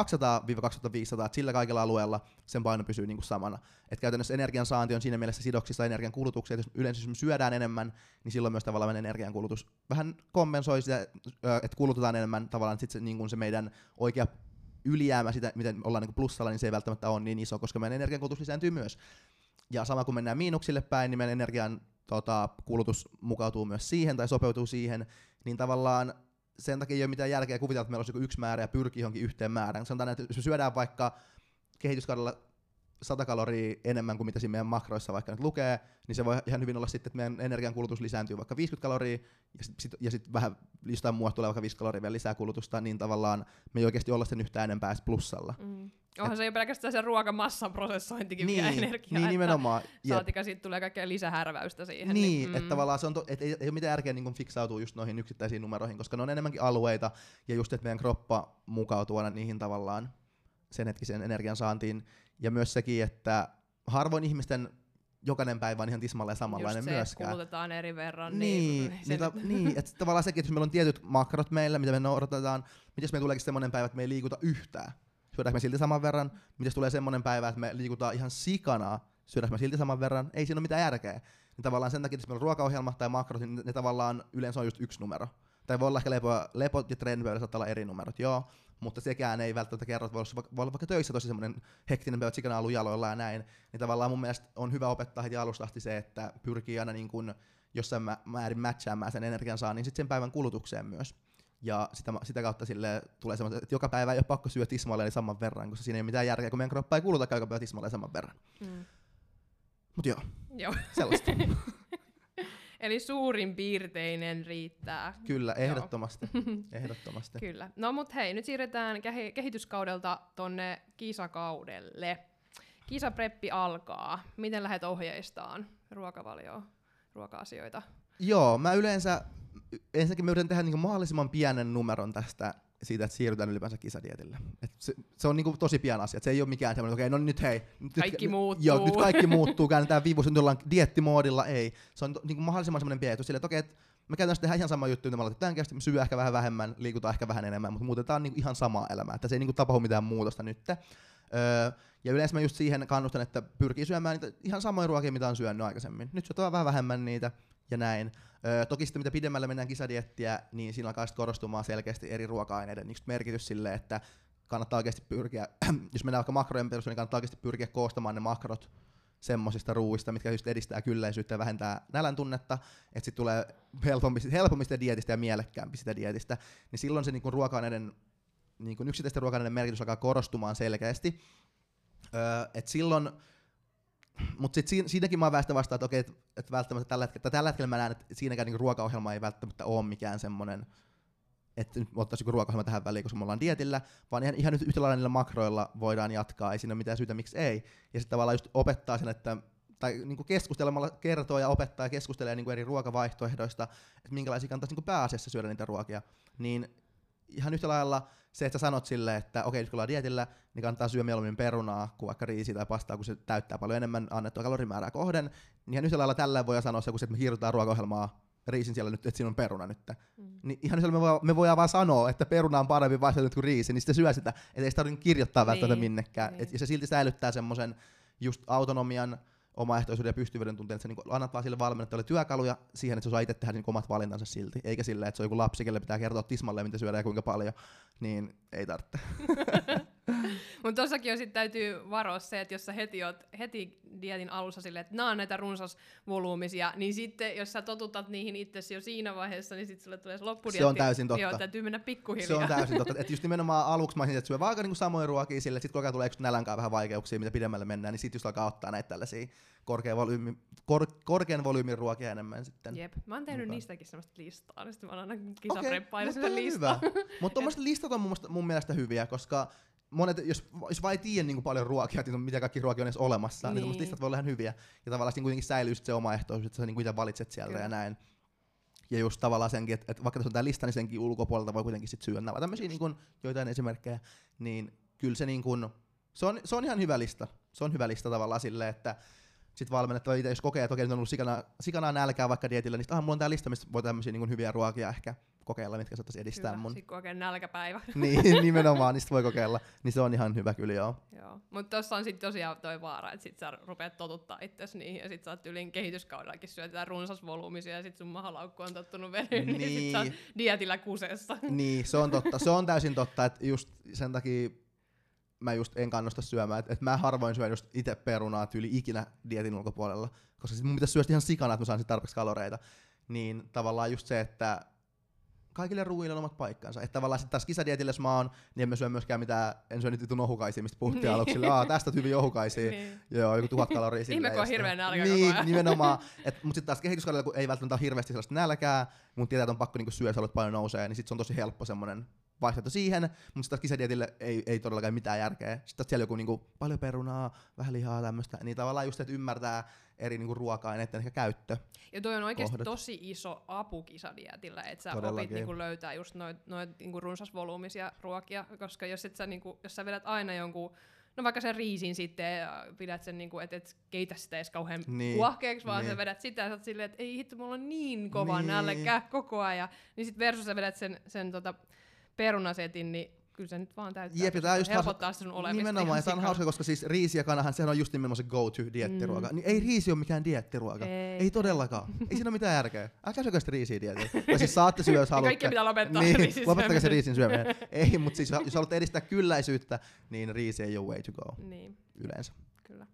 että sillä kaikilla alueella sen paino pysyy niin kuin samana. Että käytännössä energian saanti on siinä mielessä sidoksissa energian kulutukseen, että yleensä jos me syödään enemmän, niin silloin myös tavallaan meidän energian kulutus vähän kompensoi sitä, että kulutetaan enemmän tavallaan, että sitten se, niin kuin se meidän oikea ylijäämä, sitä, miten ollaan niin kuin plussalla, niin se ei välttämättä ole niin iso, koska meidän energiankulutus lisääntyy myös. Ja sama kun mennään miinuksille päin, niin meidän energian kulutus mukautuu myös siihen tai sopeutuu siihen, niin tavallaan sen takia ei ole mitään järkeä kuvitella, että meillä olisi yksi määrä ja pyrkii johonkin yhteen määrään. Sanotaan, että jos me syödään vaikka kehityskaudella 100 kaloria enemmän kuin mitä siinä meidän makroissa vaikka nyt lukee, niin se voi ihan hyvin olla sitten, että meidän energiankulutus lisääntyy vaikka 50 kaloria, ja sitten vähän jostain muusta tulee vaikka 5 kaloria vielä lisää kulutusta, niin tavallaan me ei oikeasti olla sen yhtään enempää edes plussalla. Onhan se jo pelkästään se ruokamassan prosessointikin vie energiaa. Niin, nimenomaan. Saatika siitä tulee kaikkea lisähärväystä siihen. Niin, että tavallaan se on ei ole mitään järkeä niin fiksautua just noihin yksittäisiin numeroihin, koska ne on enemmänkin alueita, ja just, että meidän kroppa mukautuu aina niihin tavallaan sen hetkisen energian saantiin. Ja myös sekin, että harvoin ihmisten jokainen päivä on ihan tismalleen samanlainen just se, myöskään. Kulutetaan eri verran. Niin, että tavallaan sekin, että jos meillä on tietyt makrot meillä, mitä me noudatetaan, mitäs meillä tuleekin semmoinen päivä, että me ei liikuta yhtään. Syödäänkö me silti saman verran? Mitäs tulee semmoinen päivä, että me liikutaan ihan sikana? Syödäänkö me silti saman verran? Ei siinä ole mitään järkeä. Niin tavallaan sen takia, että jos meillä on ruokaohjelma tai makrot, niin ne tavallaan yleensä on just yksi numero. Tai voi olla ehkä lepo ja treenipöydä saattaa olla eri numerot, joo. Mutta sekään ei välttämättä kerro, että voi olla vaikka töissä tosi semmoinen hektinen päivä, että sikana on ollut jaloilla ja näin. Niin tavallaan mun mielestä on hyvä opettaa heti alusta asti se, että pyrkii aina niin kuin jossain määrin matchaamaan sen energian saannin sit sen päivän kulutukseen myös. Ja sitä kautta sille tulee semmoinen, että joka päivä ei ole pakko syödä tismalleen saman verran, koska siinä ei ole mitään järkeä, kun meidän kroppa ei kuluta joka päivä tismalleen saman verran. Mut joo. Sellaista. Eli suurin piirteinen riittää. Kyllä, ehdottomasti. ehdottomasti. Kyllä. No mut hei, nyt siirretään kehityskaudelta tonne kisakaudelle. Kisapreppi alkaa. Miten lähdet ohjeistaan ruoka-asioita? Joo, mä ensinnäkin mä yritän tehdä niinku mahdollisimman pienen numeron tästä siitä, että siirrytään ylipäänsä kisadietille. Se on niinku tosi pieni asia. Se ei ole mikään semmoinen, että okei, no nyt hei. Kaikki muuttuu. Joo, nyt kaikki muuttuu, käännetään viivuus, nyt ollaan dieettimoodilla, ei. Se on niinku mahdollisimman semmoinen pieni silleen, että okei, että me käytännössä tehdään ihan sama juttu, että me aloitetaan kästi, me syö ehkä vähän vähemmän, liikutaan ehkä vähän enemmän, mutta muutetaan niinku ihan samaa elämää, että se ei niinku tapahdu mitään muutosta nyt. Ja yleensä mä just siihen kannustan, että pyrkii syömään niitä ihan samoja ruokia, mitä on syönyt aikaisemmin. Nyt syötään vähän vähemmän niitä ja näin. Toki sitten mitä pidemmälle mennään kisadiettiä, niin siinä alkaa sitten korostumaan selkeästi eri ruoka-aineiden merkitys sille, että kannattaa oikeasti pyrkiä, jos mennään vaikka makrojen perusteella, niin kannattaa oikeasti pyrkiä koostamaan ne makrot semmosista ruuista, mitkä just edistää kylläisyyttä ja vähentää nälän tunnetta, että sitten tulee helpommin sitä dietistä ja mielekkäämpi sitä dietistä, niin silloin se niinku ruoka-aineiden, niinku yksittäisten ruoka-aineiden merkitys alkaa korostumaan selkeästi. Et silloin, mutta sitten siinäkin mä oon väestö vastaan, että okei, et välttämättä tällä hetkellä mä näen, että siinäkään niinku ruokaohjelma ei välttämättä ole mikään semmoinen, että nyt ottaisi joku ruokaohjelma tähän väliin, koska me ollaan dietillä, vaan ihan nyt yhtä lailla niillä makroilla voidaan jatkaa, ei siinä ole mitään syytä, miksi ei. Ja sitten tavallaan just opettaa sen, että tai niinku keskustelemalla kertoo ja opettaa ja keskustelee niinku eri ruokavaihtoehdoista, että minkälaisia kannattaisi niinku pääasiassa syödä niitä ruokia, niin ihan yhtä lailla se, että sä sanot silleen, että okei, nyt kun ollaan dietillä, niin kannattaa syödä mieluummin perunaa kuin vaikka riisiä tai pastaa, kun se täyttää paljon enemmän annettua kalorimäärää kohden. Niin ihan yhtä lailla tällä voi sanoa se, kun se, että me hiirutaan ruokaohjelmaa riisin siellä nyt, että siinä on peruna nyt. Niin ihan yhtä lailla me voidaan vaan sanoa, että peruna on parempi vaihtoehto kuin riisi, niin sitten syö sitä. Että ei sitä tarvitse kirjoittaa välttämättä minnekään. Ja se silti säilyttää semmoisen just autonomian, omaehtoisuuden ja pystyvyyden tunteen, että sä niin annat vaan sille valmennettajalle työkaluja siihen, että se osaa itse tehdä niin omat valintansa silti. Eikä silleen, että se on joku lapsi, kelle pitää kertoa tismalleen, mitä syödään ja kuinka paljon. Niin ei tarvitse. Mutta tossakin jo sit täytyy varoa se, että jos sä heti dietin alussa silleen, että nämä on näitä runsasvolyymisia, niin sitten jos sä totutat niihin itsesi jo siinä vaiheessa, niin sitten sulle tulee se loppudietti. Se on täysin totta. Joo, täytyy mennä pikkuhiljaa. Se on täysin totta. Että just nimenomaan aluksi mä olisin, että syö vaan niin samoja ruokia sille, että sitten kun alkaa tulee nälänkaan vähän vaikeuksia, mitä pidemmälle mennään, niin sitten just alkaa ottaa näitä tällaisia korkean volyymin ruokia enemmän sitten. Jep, mä oon tehnyt niistäkin semmoista listaa, niin sitten mä oon aina kisapreppailla sitä listaa. Mutta tommoset listat on mun mielestä hyviä, koska monet, jos vaan ei tiedä niin paljon ruokia, mitä kaikki ruokia on edes olemassa, niin tommoset listat voi olla ihan hyviä. Ja tavallaan siinä kuitenkin säilyy se omaehtoisuus, että sä niin itse valitset sieltä Kyllä. ja näin. Ja just tavallaan senkin, että vaikka tässä on tää lista, niin senkin ulkopuolelta voi kuitenkin sit syödä. Nämä ovat tämmöisiä niin joitain esimerkkejä, niin kyllä se niin kuin, se on ihan hyvä lista. Se on hyvä lista tavallaan silleen, että sit valmennettava itse, jos kokee, että okei, nyt on ollut sikanaa nälkää vaikka dietillä, niin mulla on tää lista, mistä voi tämmöisiä niin hyviä ruokia ehkä kokeilla, mitkä saattaisi edistää hyvä. mun. Sit kun oikein nälkäpäivä. Niin, nimenomaan, niistä voi kokeilla. Niin se on ihan hyvä kyllä, joo. Mutta tossa on sitten tosiaan toi vaara, että sit sä rupeat totuttaa itsesi niihin, ja sit sä oot yliin kehityskaudellakin syötetään runsasvolyymisia, ja sit sun mahalaukku on tottunut venyyn, niin sit sä oot dietillä kusessa. Niin, se on totta. Se on täysin totta, että just sen takia mä just en kannusta syömään, että mä harvoin syön just itse perunaa tyyli ikinä dietin ulkopuolella, koska sit mun pitäisi syödä ihan sikana, että mä saan sit tarpeeksi kaloreita. Niin tavallaan just se, että kaikille ruuille on omat paikkansa. Että tavallaan sitten taas kisadietillä, jos mä oon, niin en mä syö myöskään mitään, en syö nyt ohukaisia, mistä puhuttiin aluksi. Tästä hyvin ohukaisia. Joo, joku 1000 kaloria silleen. Ihme, kun on hirveä nälkä niin, koko ajan. Nimenomaan. Mutta sitten taas kehityskaudella, kun ei välttämättä ole hirveästi sellaista nälkää, mutta tietää, että on pakko niinku syödä, jos haluat paljon nousee, niin sitten se on tosi helppo semmoinen vaihtoehto siihen, mutta sitten taas kisadietille ei todellakaan mitään järkeä. Sitten taas siellä joku niinku paljon perunaa, vähän lihaa tämmöistä, niin tavallaan just, että ymmärtää eri niinku ruoka-aineiden ehkä käyttö. Ja toi on oikeasti tosi iso apu kisadietillä, että sä opit niinku löytää just noit niinku runsasvolyymisia ruokia, koska jos sä vedät aina jonkun, no vaikka sen riisin sitten ja pidät sen niinku, et keitä sitä edes kauhean kuohkeeksi, vaan sä vedät sitä ja sä oot silleen, että ei hitto, mulla on niin kova nälkä koko ajan. Niin sit versus sä vedät sen perunasetin, niin kyllä se nyt vaan täyttää. Helpottaa sun olemista. Nimenomaan, ja tämä on hauska, koska siis riisi ja kanahan, sehän on just nimenomaan se go-to-diettiruoka. Niin ei riisi ole mikään diettiruoka. Ei todellakaan. Ei siinä ole mitään järkeä. Älkää syökö sitä riisiä dietillä. Tai siis saatte syödä, jos haluatte. Kaikki pitää lopettaa niin, lopettakaa se riisin syöminen. Ei, mutta siis jos haluatte edistää kylläisyyttä, niin riisi ei ole way to go. Niin. Yleensä. Kyllä.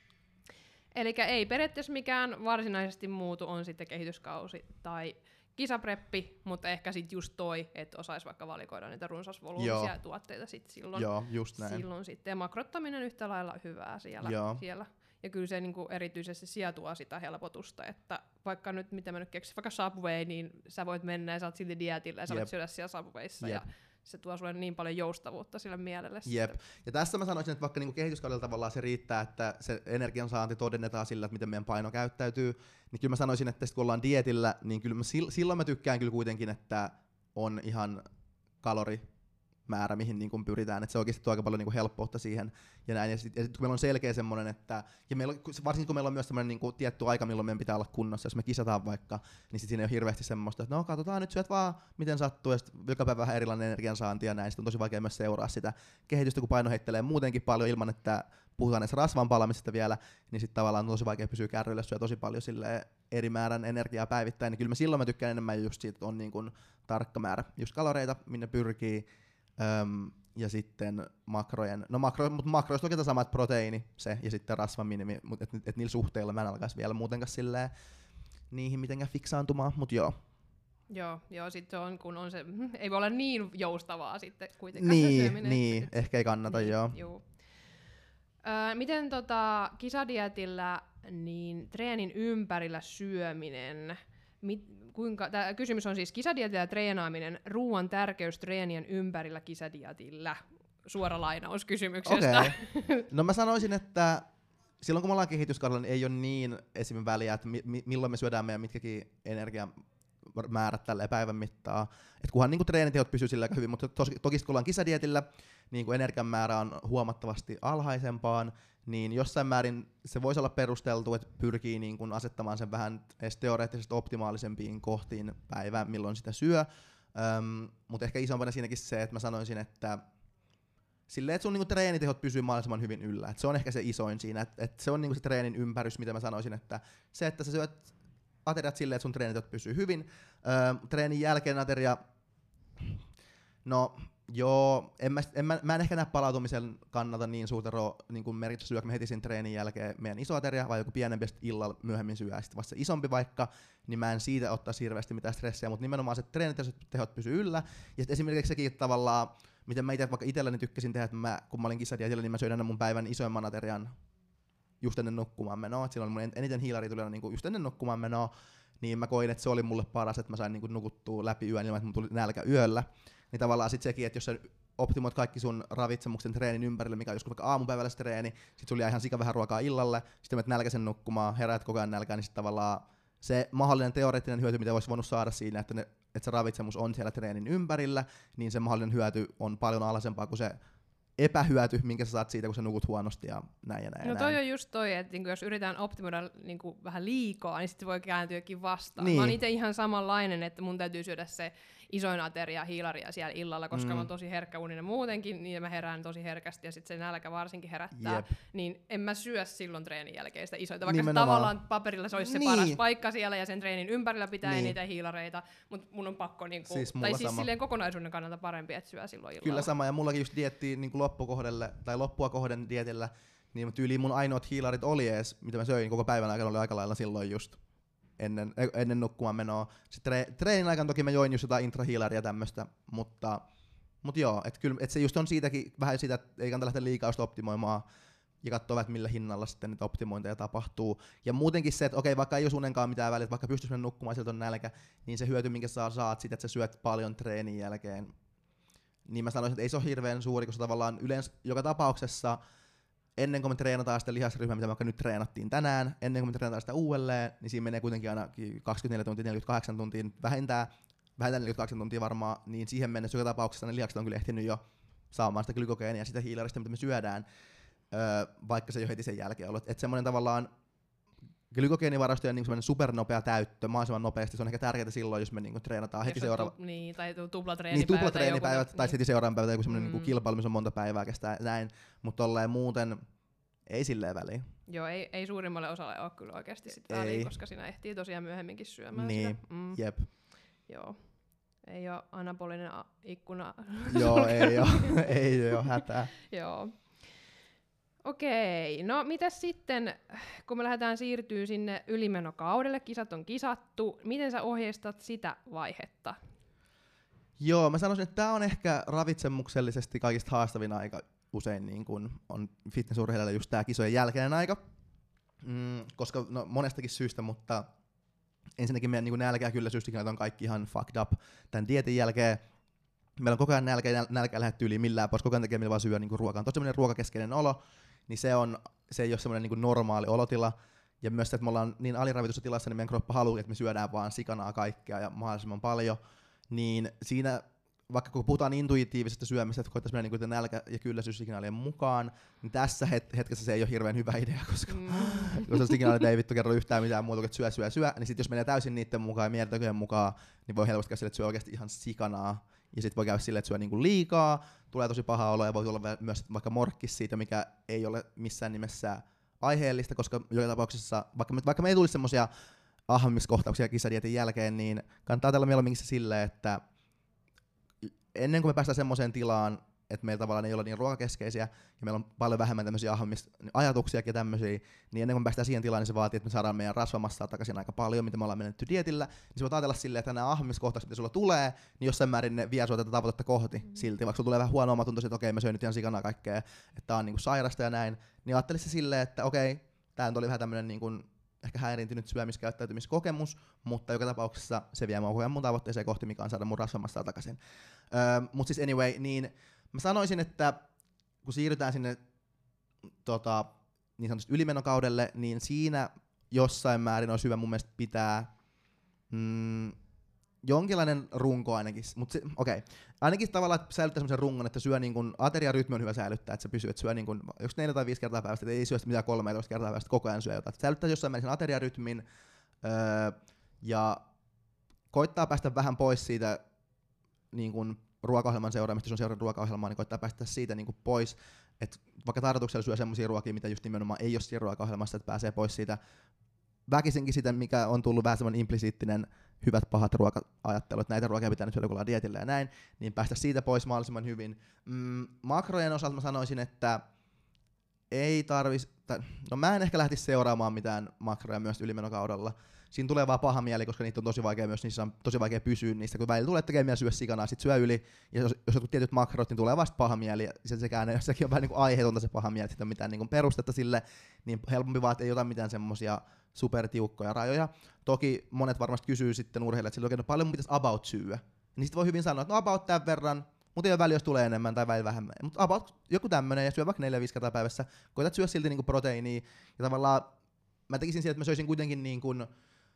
Elikkä ei periaatteessa mikään varsinaisesti muutu, on sitten kehityskausi tai kisapreppi, mutta ehkä sit just toi, että osais vaikka valikoida niitä runsasvolyymisia tuotteita sit silloin. Joo, just näin. Silloin sitten. Ja makrottaminen yhtä lailla hyvää siellä. Ja kyllä se niinku erityisesti siellä tuo sitä helpotusta, että vaikka nyt, mitä mä nyt keksin, vaikka Subway, niin sä voit mennä ja sä oot silti dietillä ja sä voit syödä siellä Subwayssa. Ja se tuo sulle niin paljon joustavuutta sillä mielelle. Jep. Ja tässä mä sanoisin, että vaikka niinku kehityskaudella tavallaan se riittää, että se energiansaanti todennetaan sillä, että miten meidän paino käyttäytyy, niin kyllä mä sanoisin, että kun ollaan dietillä, niin kyllä silloin mä tykkään kyllä kuitenkin, että on ihan kalorimäärä, mihin niin pyritään, että se oikeasti tuo aika paljon niin helppoutta siihen ja näin. Ja sitten kun meillä on selkeä semmoinen, että ja varsinkin kun meillä on myös semmoinen niin tietty aika, milloin meidän pitää olla kunnossa, jos me kisataan vaikka, niin sitten siinä ei ole hirveästi semmoista, että no katsotaan nyt syöt vaan miten sattuu, ja sitten joka päivä vähän erilainen energiansaanti ja näin, sitten on tosi vaikea myös seuraa sitä kehitystä, kun paino heittelee muutenkin paljon ilman, että puhutaan edes rasvan palamisesta vielä, niin sitten tavallaan on tosi vaikea pysyä kärryillä, syö tosi paljon eri määrän energiaa päivittäin, niin kyllä silloin mä tykkään enemmän just siitä, että on niin kuin tarkka määrä just kaloreita, minne pyrkii, ja sitten makrojen, mutta makroista oikeastaan sama, että proteiini se, ja sitten rasvan minimi, mutta et niillä suhteilla mä en alkaisi vielä muutenkaan silleen niihin mitenkään fiksaantumaan, mutta joo. Joo, sitten on, kun on se, ei voi olla niin joustavaa sitten kuitenkaan se syöminen. Niin, ehkä ei kannata, joo. Miten kisadietillä niin treenin ympärillä syöminen, tää kysymys on siis kisadietillä ja treenaaminen, ruoan tärkeys treenien ympärillä kisadietillä. Suora lainaus kysymyksestä. Okay. No mä sanoisin, että silloin kun me ollaan kehityskaudella, niin ei ole niin esim. Väliä, että milloin me syödään meidän mitkäkin määrät tälleen päivän mittaan. Et kunhan niinku treenitehot pysyy sillä aika hyvin, mutta toki kun ollaan kisadietillä, niin kun energian määrä on huomattavasti alhaisempaan, niin jossain määrin se voisi olla perusteltu, että pyrkii niin kun asettamaan sen vähän edes teoreettisesti optimaalisempiin kohtiin päivään, milloin sitä syö. Mutta ehkä isompana siinäkin se, että mä sanoisin, että silleen, että sun niinku treenitehot pysyy mahdollisimman hyvin yllä. Et se on ehkä se isoin siinä, että se on niinku se treenin ympärys, mitä mä sanoisin, että se, että sä syöt ateriat silleen, että sun treenitehot pysyy hyvin. Treenin jälkeen ateria, no joo, mä en ehkä näe palautumisen kannalta niin suurta niin merkitystä syökö me heti sen treenin jälkeen meidän iso ateria, vai joku pienempi illalla myöhemmin syö, sitten vasta se isompi vaikka, niin mä en siitä ottaisi hirveästi mitään stressiä, mutta nimenomaan se treenitehot pysyy yllä, ja sitten esimerkiksi sekin tavallaan, miten mä vaikka itselläni tykkäsin tehdä, että kun mä olin kisadietillä, niin mä söin aina mun päivän isoimman aterian just ennen nukkumaan menoa, että silloin mun eniten hiilari tuli niin just ennen nukkumaan menoa, niin mä koin, että se oli mulle paras, että mä sain niin nukuttua läpi yön ilman, että mun tuli nälkä yöllä. Niin tavallaan sit sekin, että jos sä optimoit kaikki sun ravitsemuksen treenin ympärille, mikä on joskus vaikka aamupäivällä se treeni, sit sulla jää ihan sika vähän ruokaa illalle, sitten menet nälkäisen nukkumaan, heräät koko ajan nälkään, niin sit tavallaan se mahdollinen teoreettinen hyöty, mitä olisi voinut saada siinä, että se ravitsemus on siellä treenin ympärillä, niin se mahdollinen hyöty on paljon alhaisempaa kuin se epähyöty, minkä sä saat siitä, kun sä nukut huonosti ja näin ja näin. No toi on just toi, että niinku jos yritetään optimoida niinku vähän liikaa, niin sitten voi kääntyäkin vastaan. Niin. Mä oon itse ihan samanlainen, että mun täytyy syödä se isoin ateria hiilaria siellä illalla, koska mä oon tosi herkkäuninen muutenkin, niin mä herään tosi herkästi ja sitten se nälkä varsinkin herättää. Jep. Niin en mä syö silloin treenin jälkeen sitä isoita, vaikka Nimenomaan. tavallaan paperilla se olisi se paras paikka siellä ja sen treenin ympärillä pitää niitä hiilareita, mutta mun on pakko niinku, siis silleen kokonaisuuden kannalta parempi, että syö silloin illalla. Kyllä sama, ja mullakin just diettiin niin loppua kohden dietillä, niin tyyliin mun ainoat hiilarit oli edes, mitä mä söin koko päivän aikana, oli aika lailla silloin just ennen nukkumaan menoa. Sitten treenin aikana toki mä join just jotain intrahiilaria tämmöstä, mutta joo, että kyllä et se just on siitäkin vähän sitä, että ei kannata lähteä liikaa just optimoimaan ja katsoa, että millä hinnalla sitten niitä optimointeja tapahtuu. Ja muutenkin se, että okei, vaikka ei olisi unenkaan mitään väliä, vaikka pystyisi mennä nukkumaan, sieltä on nälkä, niin se hyöty, minkä sä saat siitä, että sä syöt paljon treenin jälkeen, niin mä sanoisin, että ei se ole hirveän suuri, koska tavallaan yleensä joka tapauksessa ennen kuin me treenataan sitä lihasryhmää, mitä me vaikka nyt treenattiin tänään, ennen kuin me treenataan sitä uudelleen, niin siinä menee kuitenkin aina 24 tuntia, 48 tuntia, vähintään 48 tuntia varmaan, niin siihen mennessä joka tapauksessa ne lihakset on kyllä ehtinyt jo saamaan sitä glykogeenia ja sitä hiilarista, mitä me syödään, vaikka se ei ole heti sen jälkeen ollut. Että semmoinen tavallaan glykogeenivarastojen niin semmoinen supernopea täyttö mahdollisimman nopeasti, se on ehkä tärkeää silloin, jos me niin treenataan heti seuraava... Niin, tai tuplatreenipäivät. Niin, tuplatreenipäivät, tai heti seuraavan päivän joku semmoinen niin kilpailu, missä on monta päivää kestää näin, mutta tolleen muuten ei silleen väliä. Joo, ei suurimmalle osalle ole kyllä oikeasti sit väliä, koska siinä ehtii tosiaan myöhemminkin syömään niin, sitä. Jep. Joo. Ei ole anabolinen ikkuna. Joo, ei ole hätää. Joo. Okei, no mitäs sitten, kun me lähdetään siirtyä sinne ylimenokaudelle, kisat on kisattu, miten sä ohjeistat sitä vaihetta? Joo, mä sanoisin, että tää on ehkä ravitsemuksellisesti kaikista haastavin aika usein niin kun on fitnessurheilijalle just tää kisojen jälkeinen aika, koska no monestakin syystä, mutta ensinnäkin meidän niin nälkä- ja kylläisyystikinnät on kaikki ihan fucked up tämän dietin jälkeen. Meillä on koko ajan nälkä lähde tyyliin millään pois, koko ajan tekee, millä vaan syö niin ruokaa. On tosi semmoinen ruokakeskeinen olo, niin se ei ole semmoinen niin normaali olotila. Ja myös se, että me ollaan niin aliravitussa tilassa, niin meidän kroppa haluaa, että me syödään vaan sikanaa kaikkea ja mahdollisimman paljon. Niin siinä, vaikka kun puhutaan intuitiivisesta syömistä, että koettaisiin mennä niin nälkä- ja kylläisyyssignaalien mukaan, niin tässä hetkessä se ei ole hirveän hyvä idea, koska signaalit ei vittu kerro yhtään mitään muuta kuin, että syö, niin sit jos menee täysin niiden mukaan ja mielentököjen mukaan, niin voi helposti käydä sille, että syö oikeasti ihan sikanaa. Ja sit voi käydä silleen, että syö niinku liikaa, tulee tosi paha olo ja voi tulla myös vaikka morkkis siitä, mikä ei ole missään nimessä aiheellista, koska joka tapauksessa, vaikka me ei tulisi semmosia ahmiskohtauksia kisadietin jälkeen, niin kannattaa ajatella mieluummin se silleen, että ennen kuin me päästään semmoiseen tilaan, että meillä tavallaan ei ole niin ruokakeskeisiä ja meillä on paljon vähemmän tämmöisiä ajatuksia ja tämmöisiä, niin ennen kuin me päästään siihen tilaan, niin se vaatii, että me saadaan meidän rasvamassaa takaisin aika paljon, mitä me ollaan menetty dietillä, niin se voi ajatella silleen, että nämä ahmiskohtaukset, mitä sulla tulee, niin jossain määrin ne vie sua tätä tavoitetta kohti silti, vaikka sulla tulee vähän huono omatunto, että okei, mä söin nyt ihan sikana kaikkea, että tää on niinku sairasta ja näin, niin ajattelisi se silleen, että okei, tää oli vähän tämmönen niinku ehkä häiriintynyt syömiskäyttäytymiskokemus, mutta joka tapauksessa se vie mua koko ajan mun tavoitteeseen kohti, mikä on saada mun rasvamassaa takaisin. Mutta siis anyway, niin mä sanoisin, että kun siirrytään sinne niin sanotusti ylimenokaudelle, niin siinä jossain määrin olisi hyvä mun mielestä pitää jonkinlainen runko ainakin, mutta okei. Ainakin tavallaan, että säilyttää semmoisen rungon, että syö niin kuin, ateriarytmi on hyvä säilyttää, että se pysyy, että syö niin kuin, jos 4 tai 5 kertaa päivästä, että ei syö mitään 13 kertaa päivästä, koko ajan syö jotain. Että säilyttää jossain määrin sen ateriarytmin ja koittaa päästä vähän pois siitä niin kuin, ruokaohjelman seuraamista, jos on seurannut ruokaohjelmaa, niin koittaa päästä siitä niin kuin, pois, että vaikka tarkoituksella syö semmoisia ruokia, mitä just nimenomaan ei ole siinä ruokaohjelmassa, että pääsee pois siitä väkisinkin sitä, mikä on tullut vähän semmoinen implisiittinen hyvät pahat ruoka-ajattelu, että näitä ruokia pitää nyt syödä, kun ollaan dietillä ja näin, niin päästä siitä pois mahdollisimman hyvin. Makrojen osalta mä sanoisin, että ei tarvis, no mä en ehkä lähtisi seuraamaan mitään makroja myös ylimenokaudella. Siinä tulee vaan paha mieli, koska niitä on tosi vaikea myös, niissä on tosi vaikea pysyä niistä, kun välillä tulee tekemään mieli syö sikanaa, sit syö yli, ja jos jotkut tietyt makrot, niin tulee vasta paha mieli, ja sekin on vähän niin kuin aiheetonta se paha mieli, että on mitään niin kuin perustetta sille, niin helpompi vaan, että ei ota mitään semmosia supertiukkoja rajoja. Toki monet varmasti kysyy sitten urheilijat, että sillä paljon pitäisi about syödä. Niin sit voi hyvin sanoa, että no about tämän verran, mutta ei ole väliä, jos tulee enemmän tai välillä vähemmän. Mutta about joku tämmönen ja syö vaikka 4-5 kertaa päivässä. Koitat syödä silti niinku proteiinia. Ja tavallaan mä tekisin sieltä, että mä söisin kuitenkin niin kuin,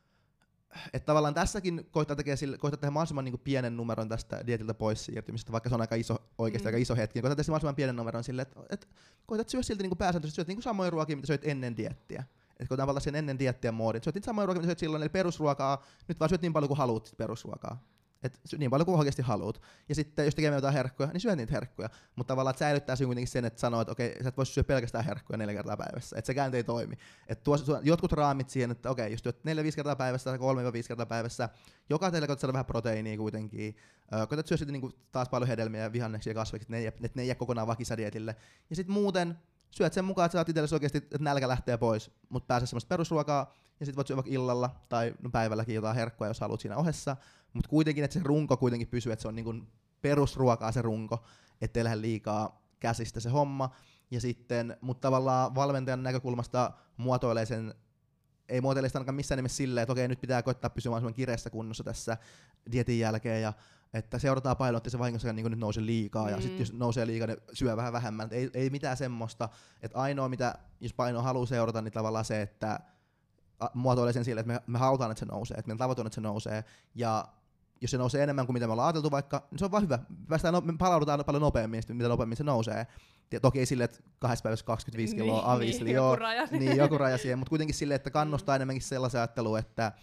että tavallaan tässäkin koittaa tehdä mahdollisimman niin kuin pienen numeron tästä dietiltä pois siirtymisestä, vaikka se on aika iso, oikeasti aika iso hetki. Koittaa tehdä mahdollisimman pienen numeron silleen, että koitat syödä silti niin kuin pääsääntöisesti, syöt niin kuin samoja ruokia, mitä söit ennen diettiä. Että koitaan valita sen ennen diettiä moodin. Syöt niitä samoja ruokia, mitä syöt silloin, eli perusruokaa, nyt vaan syöt niin paljon kuin haluat perusruokaa. Et niin paljon kuin oikeasti haluat. Ja sitten jos tekee jotain herkkuja, niin syöt niitä herkkuja. Mutta tavallaan säilyttää siinä kuitenkin sen, että sanoo, että okei, sä et voi syödä pelkästään herkkuja 4 kertaa päivässä. Että sekään ei toimi. Että jotkut raamit siihen, että okei, jos syöt 4-5 kertaa päivässä tai 3-5 kertaa päivässä, joka teillä koetat saada vähän proteiinia kuitenkin. Koetat syödä sitten niinku taas paljon hedelmiä ja vihanneksia ja kasveiksi, että ne ei jää kokonaan vaan kisadietille. Ja sitten muuten syöt sen mukaan, että saat itsellesi oikeasti, että nälkä lähtee pois, mutta pääsee semmoista perusruokaa, ja sitten voit syödä vaikka illalla tai päivälläkin jotain herkkua, jos haluat siinä ohessa. Mutta kuitenkin, että se runko kuitenkin pysyy, että se on niinku perusruokaa se runko, ettei lähde liikaa käsistä se homma. Ja sitten, mutta tavallaan valmentajan näkökulmasta muotoilee sen, ei muotoile sitä ainakaan missään nimessä silleen, että okei, nyt pitää koittaa pysyä mahdollisimman kireessä kunnossa tässä dietin jälkeen, ja että seurataan painoa, että se vahingossakaan niin nyt nousee liikaa, ja sitten jos nousee liikaa, niin syö vähän vähemmän. Ei mitään semmoista, että ainoa mitä, jos painoa haluaa seurata, niin tavallaan se, että muotoilee sen sille, että me halutaan, että se nousee, että meidän tavoite on, että se nousee, ja jos se nousee enemmän kuin mitä me ollaan ajateltu vaikka, niin se on vaan hyvä. Me palaudutaan paljon nopeammin, mitä nopeammin se nousee. Ja toki ei silleen, että 2 päivässä 25 kiloa avisli, joku raja siihen, mutta kuitenkin silleen, että kannustaa enemmänkin sellaisen ajatteluun, että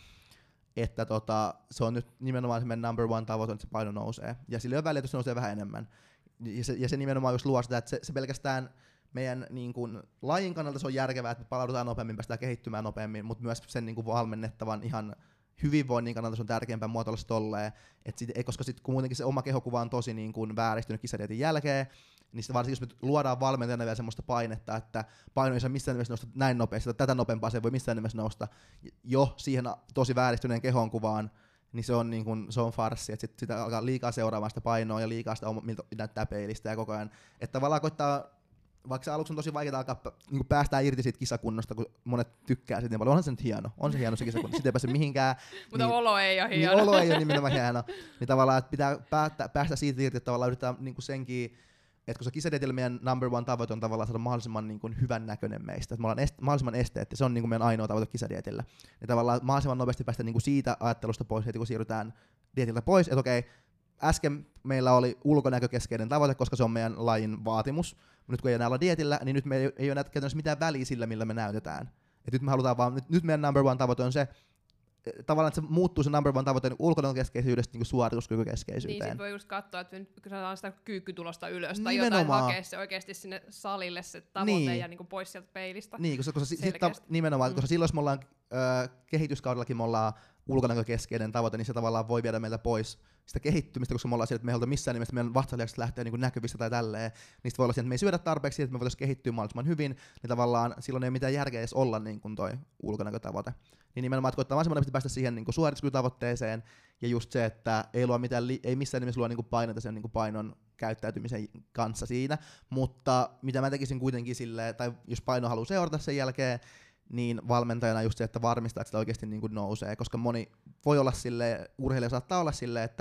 se on nyt nimenomaan se meidän number one tavoite, että se paino nousee. Ja sillä on väliä, että se nousee vähän enemmän. Ja se nimenomaan just luo sitä, että se pelkästään meidän niin kuin, lajin kannalta se on järkevää, että me palaudutaan nopeammin, päästään kehittymään nopeammin, mutta myös sen niin kuin, valmennettavan ihan hyvinvoinnin kannalta se on tärkeämpää muotoilla se tolleen, koska sit, kun muutenkin se oma kehokuva on tosi niin kuin, vääristynyt kisadietin jälkeen, niin varsinkin jos me luodaan valmentajana vielä semmoista painetta, että paino ei saa missään nimessä nousta näin nopeasti, tätä nopeampaa se ei voi missään nimessä nousta jo siihen tosi vääristyneen kehonkuvaan, niin se on, niin kuin, se on farssi, että sitä alkaa liikaa seuraamaan sitä painoa ja liikaa sitä miltä näyttää peilistä ja koko ajan, että tavallaan koittaa, vaikka se aluksi on tosi vaikeaa alkaa niin päästään irti siitä kisakunnosta, kun monet tykkää siitä niin paljon. Onhan se nyt hieno, on se hieno se kisakunta, siitä ei pääse mihinkään. Mutta niin, olo ei ole hieno. Niin, olo ei ole nimenomaan hieno. Niin tavallaan, että pitää päästä siitä irti, että tavallaan yritetään niin senkin, että koska kisadietillä meidän number one tavoite on tavallaan saada mahdollisimman niin kuin hyvän näköinen meistä, että me ollaan mahdollisimman esteetti, se on niin kuin meidän ainoa tavoite kisadietillä. Ja tavallaan mahdollisimman nopeasti päästä niin kuin siitä ajattelusta pois heti, kun siirrytään dietiltä pois, että okei, äsken meillä oli ulkonäkökeskeinen tavoite, koska se on meidän lajin vaatimus. Nyt kun ei enää olla dietillä, niin nyt me ei ole enää käytännössä mitään väliä sillä, millä me näytetään. Et nyt me halutaan vaan, nyt meidän number one tavoite on se, tavallaan, että se muuttuu se number one tavoite ulkonäkökeskeisyydestä niin suorituskykykeskeisyyteen. Niin sit voi just katsoa, että kun saadaan sitä kyykkytulosta ylös tai jotain hakea se oikeasti sinne salille se tavoite niin. Ja niin kuin pois sieltä peilistä. Niin, koska nimenomaan, koska silloin jos me ollaan kehityskaudellakin me ollaan ulkonäkökeskeinen tavoite, niin se tavallaan voi viedä meiltä pois sitä kehittymistä, koska me ollaan siellä, että me ei haluta missään nimessä meidän vatsalihakset lähtee niin näkyvistä tai tälleen, niin voi olla siellä, että me ei syödä tarpeeksi, että me voitaisiin kehittyä mahdollisimman hyvin, niin tavallaan silloin ei ole mitään järkeä edes olla niin kuin toi ulkonäkötavoite. Niin nimenomaan, että koittaa vaan semmoinen päästä siihen niin suorituskykytavoitteeseen, ja just se, että ei missään nimessä luo niin painota sen niin painon käyttäytymisen kanssa siinä, mutta mitä mä tekisin kuitenkin silleen, tai jos paino haluaa seurata sen jälkeen, niin valmentajana just se, että varmistaa, että sitä oikeasti niin kuin nousee, koska moni voi olla silleen, urheilija saattaa olla silleen, että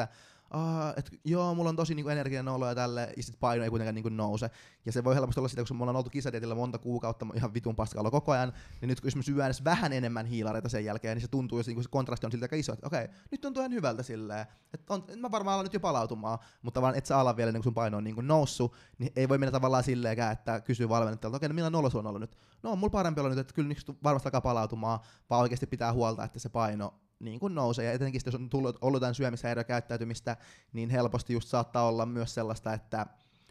että joo, mulla on tosi niinku energinen olo ja tälle, ja sit paino ei kuitenkaan niinku nouse. Ja se voi helposti olla sitä, kun me ollaan oltu kisadietillä monta kuukautta, ihan vitun paskalla koko ajan, niin nyt jos mä syön edes vähän enemmän hiilareita sen jälkeen, niin se tuntuu, että niinku se kontrasti on siltä aika iso, että okei, nyt tuntuu ihan hyvältä silleen, että mä varmaan alan nyt jo palautumaan, mutta vaan et sä ala vielä, niin kun sun paino on niinku noussut, niin ei voi mennä tavallaan silleenkään, että kysyy valmennettajalta, okei, no millainen olo sulla on ollut nyt? No on mulla parempi olo nyt, että kyllä nyt varmasti alkaa palautumaan, vaan oikeasti pitää huolta, että se paino niin kuin nousee, ja etenkin jos on ollut jotain syömishäiriökäyttäytymistä, niin helposti just saattaa olla myös sellaista, että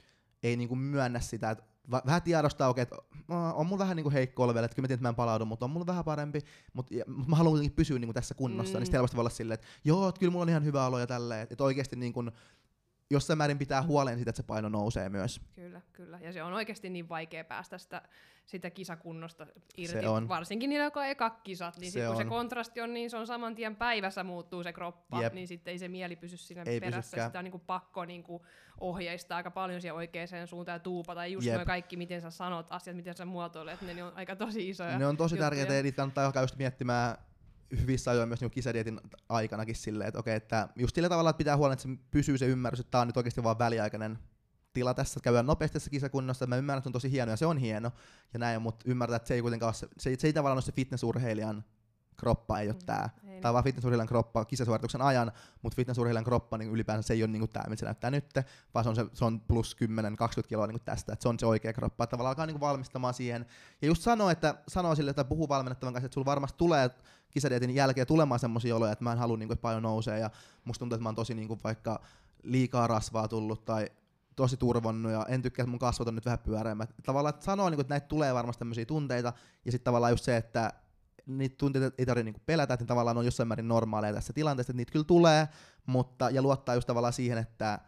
ei niin kuin myönnä sitä, että vähän tiedostaa, että on mulla vähän niin kuin heikko olo vielä, että kyllä mä tiedän, että mä en palaudu, mutta on mulla vähän parempi, mutta mä haluan kuitenkin pysyä niin kuin tässä kunnossa, niin sitten helposti voi olla silleen, että joo, että kyllä mulla on ihan hyvä olo ja tälleen, että oikeasti niin kuin jossain määrin pitää huolen siitä, että se paino nousee myös. Kyllä, kyllä. Ja se on oikeasti niin vaikea päästä sitä kisakunnosta irti. Se on. Varsinkin niillä, jotka on eka kisat, niin Se kun se on. kontrasti on, niin se on saman tien päivässä muuttuu se kroppa, Jep. niin sitten ei se mieli pysy siinä Ei perässä. pysykään. Sitä on niinku pakko niinku ohjeistaa aika paljon siihen oikeaan suuntaan ja tuupata. Ja just Jep. noi kaikki, miten sä sanot asiat, miten sä muotoilet, ne on aika tosi isoja Ne on tosi juttuja. tärkeitä, ja niitä kannattaa alkaa just miettimään hyvissä ajoin myös niinku kisadietin aikanakin silleen, että okei, että just sillä tavalla, että pitää huolen, että se pysyy se ymmärrys, että tää on nyt oikeasti vaan väliaikainen tila tässä, että käydään nopeasti tässä kisakunnossa, mä ymmärrän, että se on tosi hieno ja se on hieno ja näin, mutta ymmärtää, että se ei kuitenkaan ole se ei tavallaan ole se fitnessurheilijan kroppa, ei ole tää. Ei Tää on vaan fitnessurheilijan kroppa kisasuorituksen ajan, mutta fitnessurheilijan kroppa niin ylipäänsä se ei ole niinku tää, mitä se näyttää nyt, vaan se on plus 10-20 kiloa niinku tästä, että se on se oikea kroppa, että tavallaan alkaa niinku valmistamaan siihen. Ja just sanoo sille, että puhuu valmennettavan kanssa, että sulla varmasti tulee kisadietin jälkeen tulemaan semmosia oloja, että mä en halua, niinku, että paino nousee, ja musta tuntuu, että mä oon tosi niinku, vaikka liikaa rasvaa tullut tai tosi turvonnut ja en tykkää, että mun kasvot on nyt vähän pyöreämmät. Tavallaan että sanoo, että näitä tulee varmasti tämmöisiä tunteita ja sitten tavallaan just se, että niitä tunteita ei tarvitse niinku pelätä, että ne tavallaan on jossain määrin normaaleja tässä tilanteessa, että niitä kyllä tulee, mutta ja luottaa just tavallaan siihen, että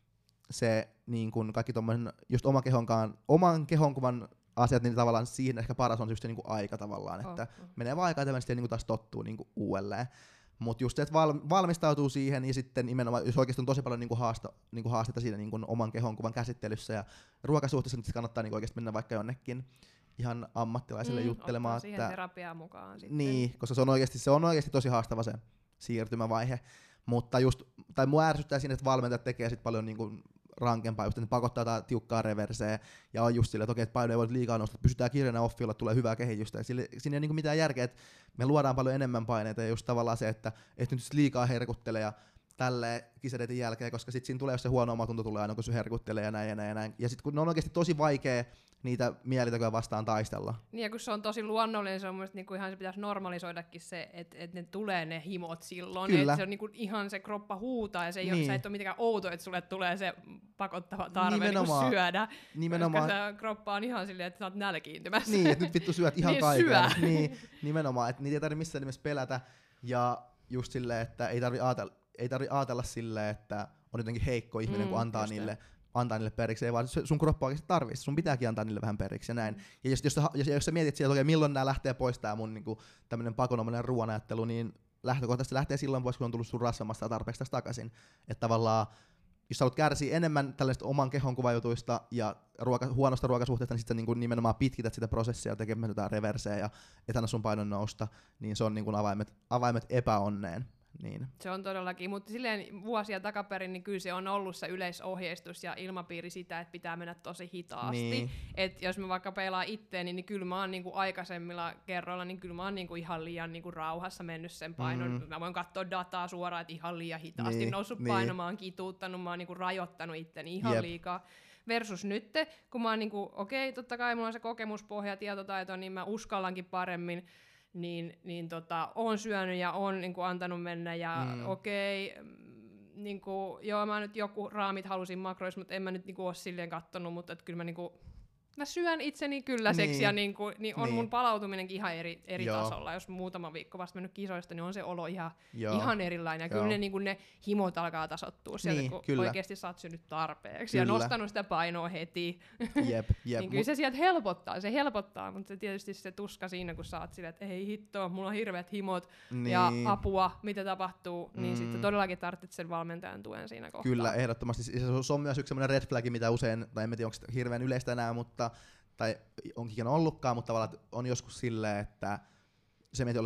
se niin kuin kaikki tommoinen just oman kehonkuvan asiat, niin tavallaan siihen ehkä paras on just se niin kuin aika tavallaan, että menee vaan aikaa ja sitten niin kuin taas tottuu niin kuin uudelleen. Mutta just se, että valmistautuu siihen ja sitten nimenomaan, jos oikeasti on tosi paljon haastetta siinä niin kuin oman kehonkuvan käsittelyssä ja ruokasuhteessa, niin kannattaa niin oikeasti mennä vaikka jonnekin ihan ammattilaiselle juttelemaan. Ottaa siihen terapiaan mukaan sitten. Niin, koska se on oikeasti tosi haastava se siirtymävaihe. Mutta just, tai mua ärsyttää siinä, että valmentajat tekee sit paljon niin kuin rankempaa, just, että ne pakottaa jotain tiukkaa reverseä ja on just silleen, että okei, että paino ei voi liikaa nostaa, että pysytään kirjana offilla, tulee hyvää kehitystä. Ja siinä ei ole niin kuin mitään järkeä, että me luodaan paljon enemmän paineita ja just tavallaan se, että et nyt liikaa herkuttele ja tälleen kisadetin jälkeen, koska sitten siinä tulee, jos se huono omatunto tulee aina, kun se herkuttelee ja näin ja näin ja näin. Ja sitten kun ne on oikeasti tosi vaikea niitä mielitekoja vastaan taistella. Niin ja kun se on tosi luonnollinen, se on mielestäni niinku ihan se pitäisi normalisoidakin se, että ne tulee ne himot silloin. Että se on niinku ihan se kroppa huutaa ja se ei ole, sä et ole mitenkään outo, että sulle tulee se pakottava tarve niinku syödä. Nimenomaan. Koska se kroppa on ihan silleen, että sä oot nälkiintymässä. Niin, että nyt vittu syöt ihan niin, kaiken. Niin, nimenomaan, että niitä ei tarvitse missään nimessä pelätä. Ja just silleen, että ei tarvi ajatella silleen, että on jotenkin heikko ihminen, kun antaa niille periksi, ei vaan sun kroppa oikeasti tarvitsee, sun pitääkin antaa niille vähän periksi ja näin. Ja jos sä mietit sieltä, milloin nämä lähtee pois tää mun niinku, tämmönen pakonomainen ruoanajattelu, niin lähtökohtaisesti lähtee silloin pois, kun on tullut sun rasvamasta tarpeeksi tästä takaisin. Että tavallaan, jos sä haluat kärsiä enemmän tällaisista oman kehonkuvajutuista ja huonosta ruokasuhteesta, niin sitten niinku nimenomaan pitkität sitä prosessia tekemään jotain reverseä ja et anna sun painon nousta, niin se on niinku avaimet epäonneen. Niin. Se on todellakin, mutta silleen vuosia takaperin, niin kyllä se on ollut se yleisohjeistus ja ilmapiiri sitä, että pitää mennä tosi hitaasti. Niin. Et jos mä vaikka peilaan itteeni, niin kyllä mä oon niinku aikaisemmilla kerroilla, niin kyllä mä oon niinku ihan liian niinku rauhassa mennyt sen painon. Mä voin katsoa dataa suoraan, että ihan liian hitaasti noussut paino, mä oon kituuttanut, mä oon niinku rajoittanut itteni ihan liikaa. Versus nyt, kun mä oon niinku, okei, totta kai mulla on se kokemuspohja, tietotaito, niin mä uskallankin paremmin, oon syönyt ja oon niinku antanut mennä ja niinku, joo mä nyt joku raamit halusin makroissa, mutta en mä nyt niinku oo silleen kattonut, mutta et kyllä mä niinku, mä syön itseni kylläiseksi ja niin on mun palautuminenkin ihan eri tasolla. Jos muutama viikko vasta mennyt kisoista, niin on se olo ihan erilainen. Ja kyllä ne himot alkaa tasoittua sieltä, kun oikeasti sä oot syönyt tarpeeksi ja nostanut sitä painoa heti. Jep. Niin kyllä se sieltä helpottaa, mutta se tietysti se tuska siinä, kun sä oot silleen, että ei hittoa, mulla on hirveät himot ja apua, mitä tapahtuu, niin sitten todellakin tarvitset sen valmentajan tuen siinä kohtaa. Kyllä, ehdottomasti. Se on myös yksi sellainen red flag, mitä usein, tai en tiedä, onko se hirveän yleistä enää, tai onkin ollutkaan, mutta tavallaan on joskus silleen, että se meitä jollekin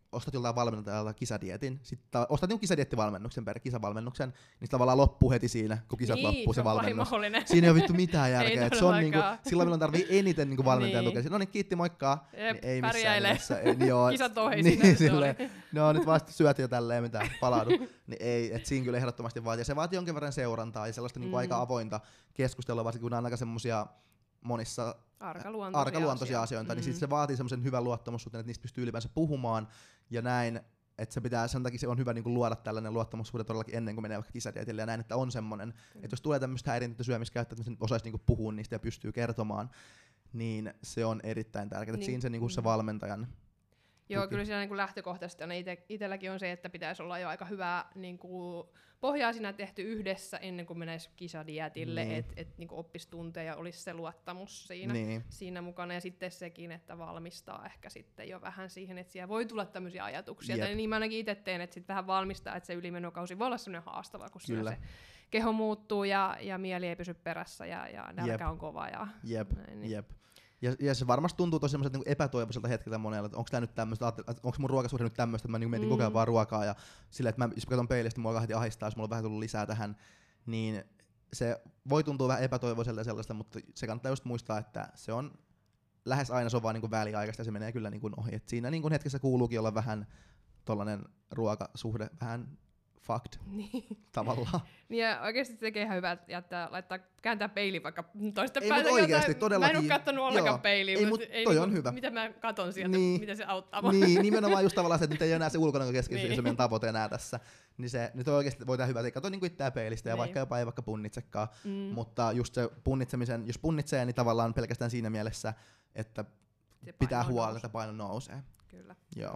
ostat joltain valmentajalta kisadietin, sitten ostat niinku kisadiettivalmennuksen per kisavalmennuksen, niin tavallaan loppuu heti siinä, kun kisat loppuu se valmennus. Siinä ei ole vittu mitään järkeä. Et se on niinku, silloin milloin tarvii eniten niinku valmentajan tukea. No niin, kiitti, moikkaa. Jep, niin ei pärjäile. missään nimessä. Kisat ohi niin, sinne. No nyt vasta syöt jo tälleen mitään, palaudu. Niin ei, et siinä kyllä ehdottomasti vaatii. Se vaatii jonkin verran seurantaa ja sellaista niinku aika avointa keskustelua, varsinkin kun on aika semmosia monissa arkaluontoisia asioita, niin sitten se vaatii semmoisen hyvän luottamussuhteen, että niistä pystyy ylipäänsä puhumaan ja näin, että se pitää, sen takia se on hyvä niinku luoda tällainen luottamussuhde todellakin ennen kuin menee vaikka kisadietille ja näin, että on semmoinen, että jos tulee tämmöistä häiriintynyttä syömiskäyttöä, että sen osaisi niinku puhua niistä ja pystyy kertomaan, niin se on erittäin tärkeää, että siinä se, niinku se valmentajan Joo, kyllä siinä niin lähtökohtaisesti on itselläkin on se, että pitäisi olla jo aika hyvää niin pohjaa siinä tehty yhdessä ennen kuin menisi kisadietille, että niin oppisi tunteja ja olisi se luottamus siinä mukana. Ja sitten sekin, että valmistaa ehkä sitten jo vähän siihen, että siellä voi tulla tämmöisiä ajatuksia. Tai niin mä ainakin itse teen, että sitten vähän valmistaa, että se ylimenokausi voi olla semmoinen haastava, kun siinä se keho muuttuu ja mieli ei pysy perässä ja nälkä on kova. Ja näin, niin. Ja se varmasti tuntuu tosi niinku epätoivoiselta hetkeltä monella, että onko tää nyt tämmöistä, onko mun ruokasuhde nyt tämmöistä, että mä niinku mietin koko ajan vaan ruokaa ja silleen, että jos mä katson peilistä, mulla heti ahistaa, jos mulla on vähän tullut lisää tähän, niin se voi tuntua vähän epätoivoiselta ja sellaista, mutta se kannattaa just muistaa, että se on lähes aina se on vaan niinku väliaikaista ja se menee kyllä niinku ohi. Et siinä niinku hetkessä kuuluukin olla vähän tollanen ruokasuhde, vähän fucked tavallaan. Niin ja oikeesti se tekee ihan hyvää kääntää peili vaikka toista ei, päätä. Oikeesti, todellakin. Mä en oo kattonut ollenkaan peiliin, mutta toi on hyvä. Mitä mä katon sieltä, mitä se auttaa mua. Niin, nimenomaan just tavallaan se, että nyt ei ole enää se ulkona keskeisyys, se meidän tavoite enää tässä. Niin se nyt oikeesti voi tehdä hyvää, että kato niinku itseään peilistä ja vaikka jopa ei vaikka punnitsekaan. Mutta just se punnitsemisen, jos punnitsee, niin tavallaan pelkästään siinä mielessä, että pitää huolta, että paino nousee. Kyllä.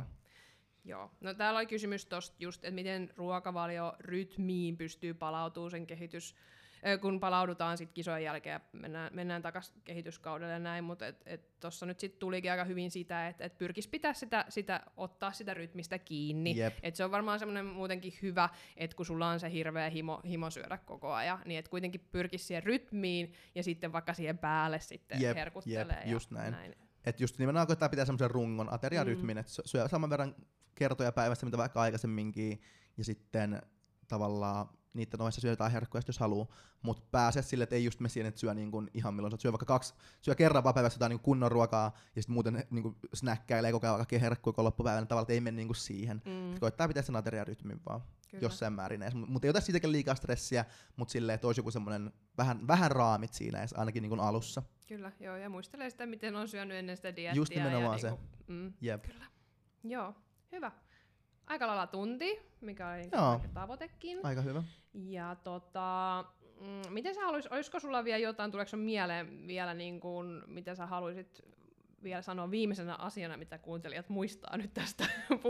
Joo. No täällä oli kysymys tosta just, että miten ruokavaliorytmiin pystyy palautumaan sen kehitys, kun palaudutaan sit kisojen jälkeen ja mennään takaisin kehityskaudelle ja näin, mutta tuossa nyt sit tulikin aika hyvin sitä, että pyrkisi pitää ottaa sitä rytmistä kiinni. Et se on varmaan semmoinen muutenkin hyvä, että kun sulla on se hirveä himo syödä koko ajan, niin että kuitenkin pyrkisi siihen rytmiin ja sitten vaikka siihen päälle sitten herkuttelee. Just näin. Että just nimenomaan koittaa pitää semmoisen rungon ateriarytmin, että syö saman verran kertoja päivässä, mitä vaikka aikaisemminkin, ja sitten tavallaan niiden noissa syö jotain herkkuja, jos haluaa, mutta pääsee sille, että ei just mene siihen, että syö niin kuin ihan milloin syö vaikka syö kerran vaan päivässä jotain niin kunnon ruokaa, ja sitten muuten niin kuin snäkkäilee koko ajan vaikka herkkuja loppupäivänä, tavallaan, että ei mene niin kuin siihen. Koittaa pitää sen ateriarytmin vaan jossain määrin edes, mutta ei ota siitäkään liikaa stressiä, mutta silleen, että olisi joku semmoinen vähän raamit siinä edes, ainakin niin kuin alussa. Kyllä, joo, ja muistelee sitä, miten on syönyt ennen sitä diettiä. Just nimenomaan se. Kyllä. Joo, hyvä. Aika lailla tunti, mikä oli tavoitekin. Aika hyvä. Ja miten sä olisiko sulla vielä jotain, tuleeko sun mieleen vielä niin kuin, mitä sä haluaisit vielä sanoa viimeisenä asiana, mitä kuuntelijat muistaa nyt tästä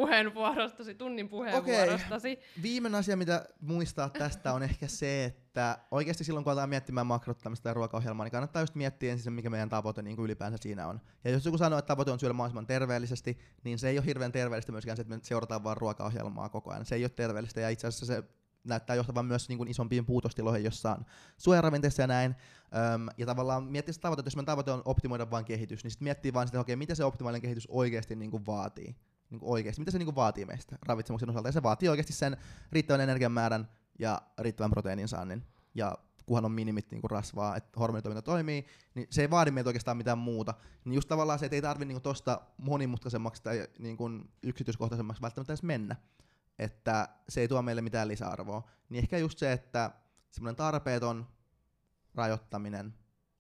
tunnin puheenvuorostasi? Okei. Viimeinen asia, mitä muistaa tästä on ehkä se, että oikeasti silloin kun aletaan miettimään makrottamista ja ruokaohjelmaa, niin kannattaa just miettiä ensin, mikä meidän tavoite niin kuin ylipäänsä siinä on. Ja jos joku sanoo, että tavoite on syödä mahdollisimman terveellisesti, niin se ei ole hirveän terveellistä myöskään se, että me seurataan vaan ruokaohjelmaa koko ajan. Se ei ole terveellistä ja itse asiassa se näyttää johtavan myös niin kuin isompiin puutostiloihin jossain suojaravinteissa ja näin. Ja tavallaan miettiä sitä tavoitetta, jos meidän tavoite on optimoida vain kehitys, niin sitten miettii vaan sitä, että mitä se optimaalinen kehitys oikeasti niin kuin vaatii. Niin kuin oikeasti, mitä se niin kuin vaatii meistä ravitsemuksen osalta. Ja se vaatii oikeasti sen riittävän energian määrän ja riittävän proteiinin saannin. Ja kunhan on minimit niin kuin rasvaa, että hormonitoiminta toimii, niin se ei vaadi meiltä oikeastaan mitään muuta. Niin just tavallaan se, että ei tarvitse niin kuin tosta monimutkaisemmaksi tai niin kuin yksityiskohtaisemmaksi välttämättä edes mennä. Että se ei tuo meille mitään lisäarvoa. Niin ehkä just se, että semmoinen tarpeeton rajoittaminen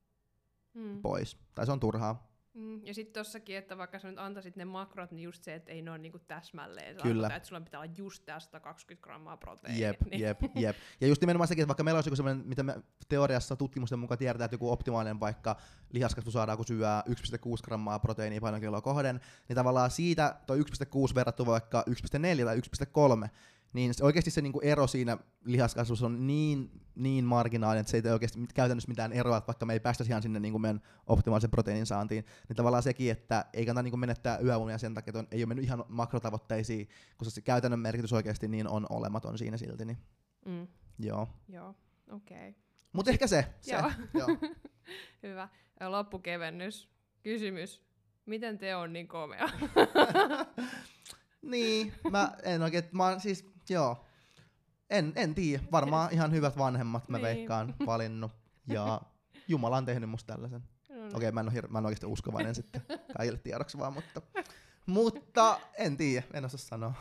pois. Tai se on turhaa. Ja sitten tossakin, että vaikka sä nyt antaisit ne makrot, niin just se, että ei ne ole niinku täsmälleen. Kyllä. Että sulla pitää olla just tää 120 grammaa proteiinia. Jep. Ja just nimenomaan sekin, että vaikka meillä olisi joku semmoinen, mitä me teoriassa tutkimusten mukaan tiedetään, että joku optimaalinen vaikka lihaskasvu saadaan, kun syö 1,6 grammaa proteiinia painokiloa kohden, niin tavallaan siitä toi 1,6 verrattuna vaikka 1,4 tai 1,3, niin oikeasti se niinku ero siinä lihaskasvussa on niin marginaalinen, että se ei tee oikeasti käytännössä mitään eroa, että vaikka me ei päästä ihan sinne niinku meidän optimaalisen proteiinin saantiin, niin tavallaan sekin, että ei kannata niinku menettää yöunia sen takia, että ei ole mennyt ihan makrotavoitteisiin, koska se käytännön merkitys oikeasti niin on olematon siinä silti. Niin. Joo, okei. Okay. Mutta ehkä se. Joo. Hyvä. Ja loppukevennys. Kysymys. Miten te on niin komea? Niin, mä oon siis, joo. En tiedä, varmaan ihan hyvät vanhemmat mä Niin. veikkaan valinnut. Ja Jumala on tehnyt musta tällaisen. Okei, mä en oikeesti uskovainen sitten kaikille tiedoksi vaan, mutta en tiedä, en osaa sanoa.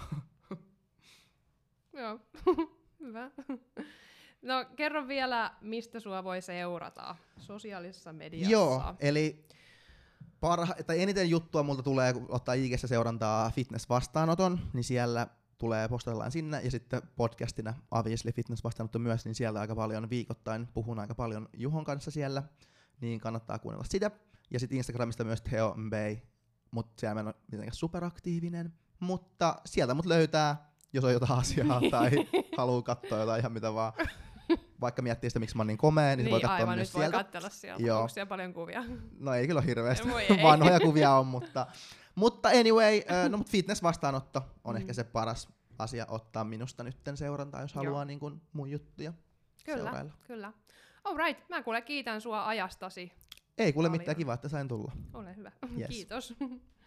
Joo, hyvä. No kerro vielä, mistä sua voi seurata sosiaalisessa mediassa. Joo, eli eniten juttua multa tulee, kun ottaa IG:ssä seurantaa fitness-vastaanoton, niin siellä tulee postaillaan sinne, ja sitten podcastina Obviously Fitness-vastaanotto myös, niin siellä aika paljon viikoittain puhun aika paljon Juhon kanssa siellä, niin kannattaa kuunnella sitä. Ja sitten Instagramista myös Theo Mbey, mutta siellä mä en ole mitenkään superaktiivinen, mutta sieltä mut löytää, jos on jotain asiaa tai haluaa katsoa jotain ihan mitä vaan. Vaikka miettii sitä, miksi mä oon niin komea, niin voi katsoa aivan, myös nyt sieltä. voi katsella sieltä. Joo. Onko siellä paljon kuvia? No ei kyllä ole hirveästi, Ei. vanhoja kuvia on, mutta anyway, no mut fitness-vastaanotto on ehkä se paras asia ottaa minusta nytten seurantaa, jos haluaa niin kuin mun juttuja seurailla. Kyllä. Alright, mä kuule kiitän sua ajastasi. Ei kuule Paljon. mitään, kiva, että sain tulla. Ole hyvä. Yes. Kiitos.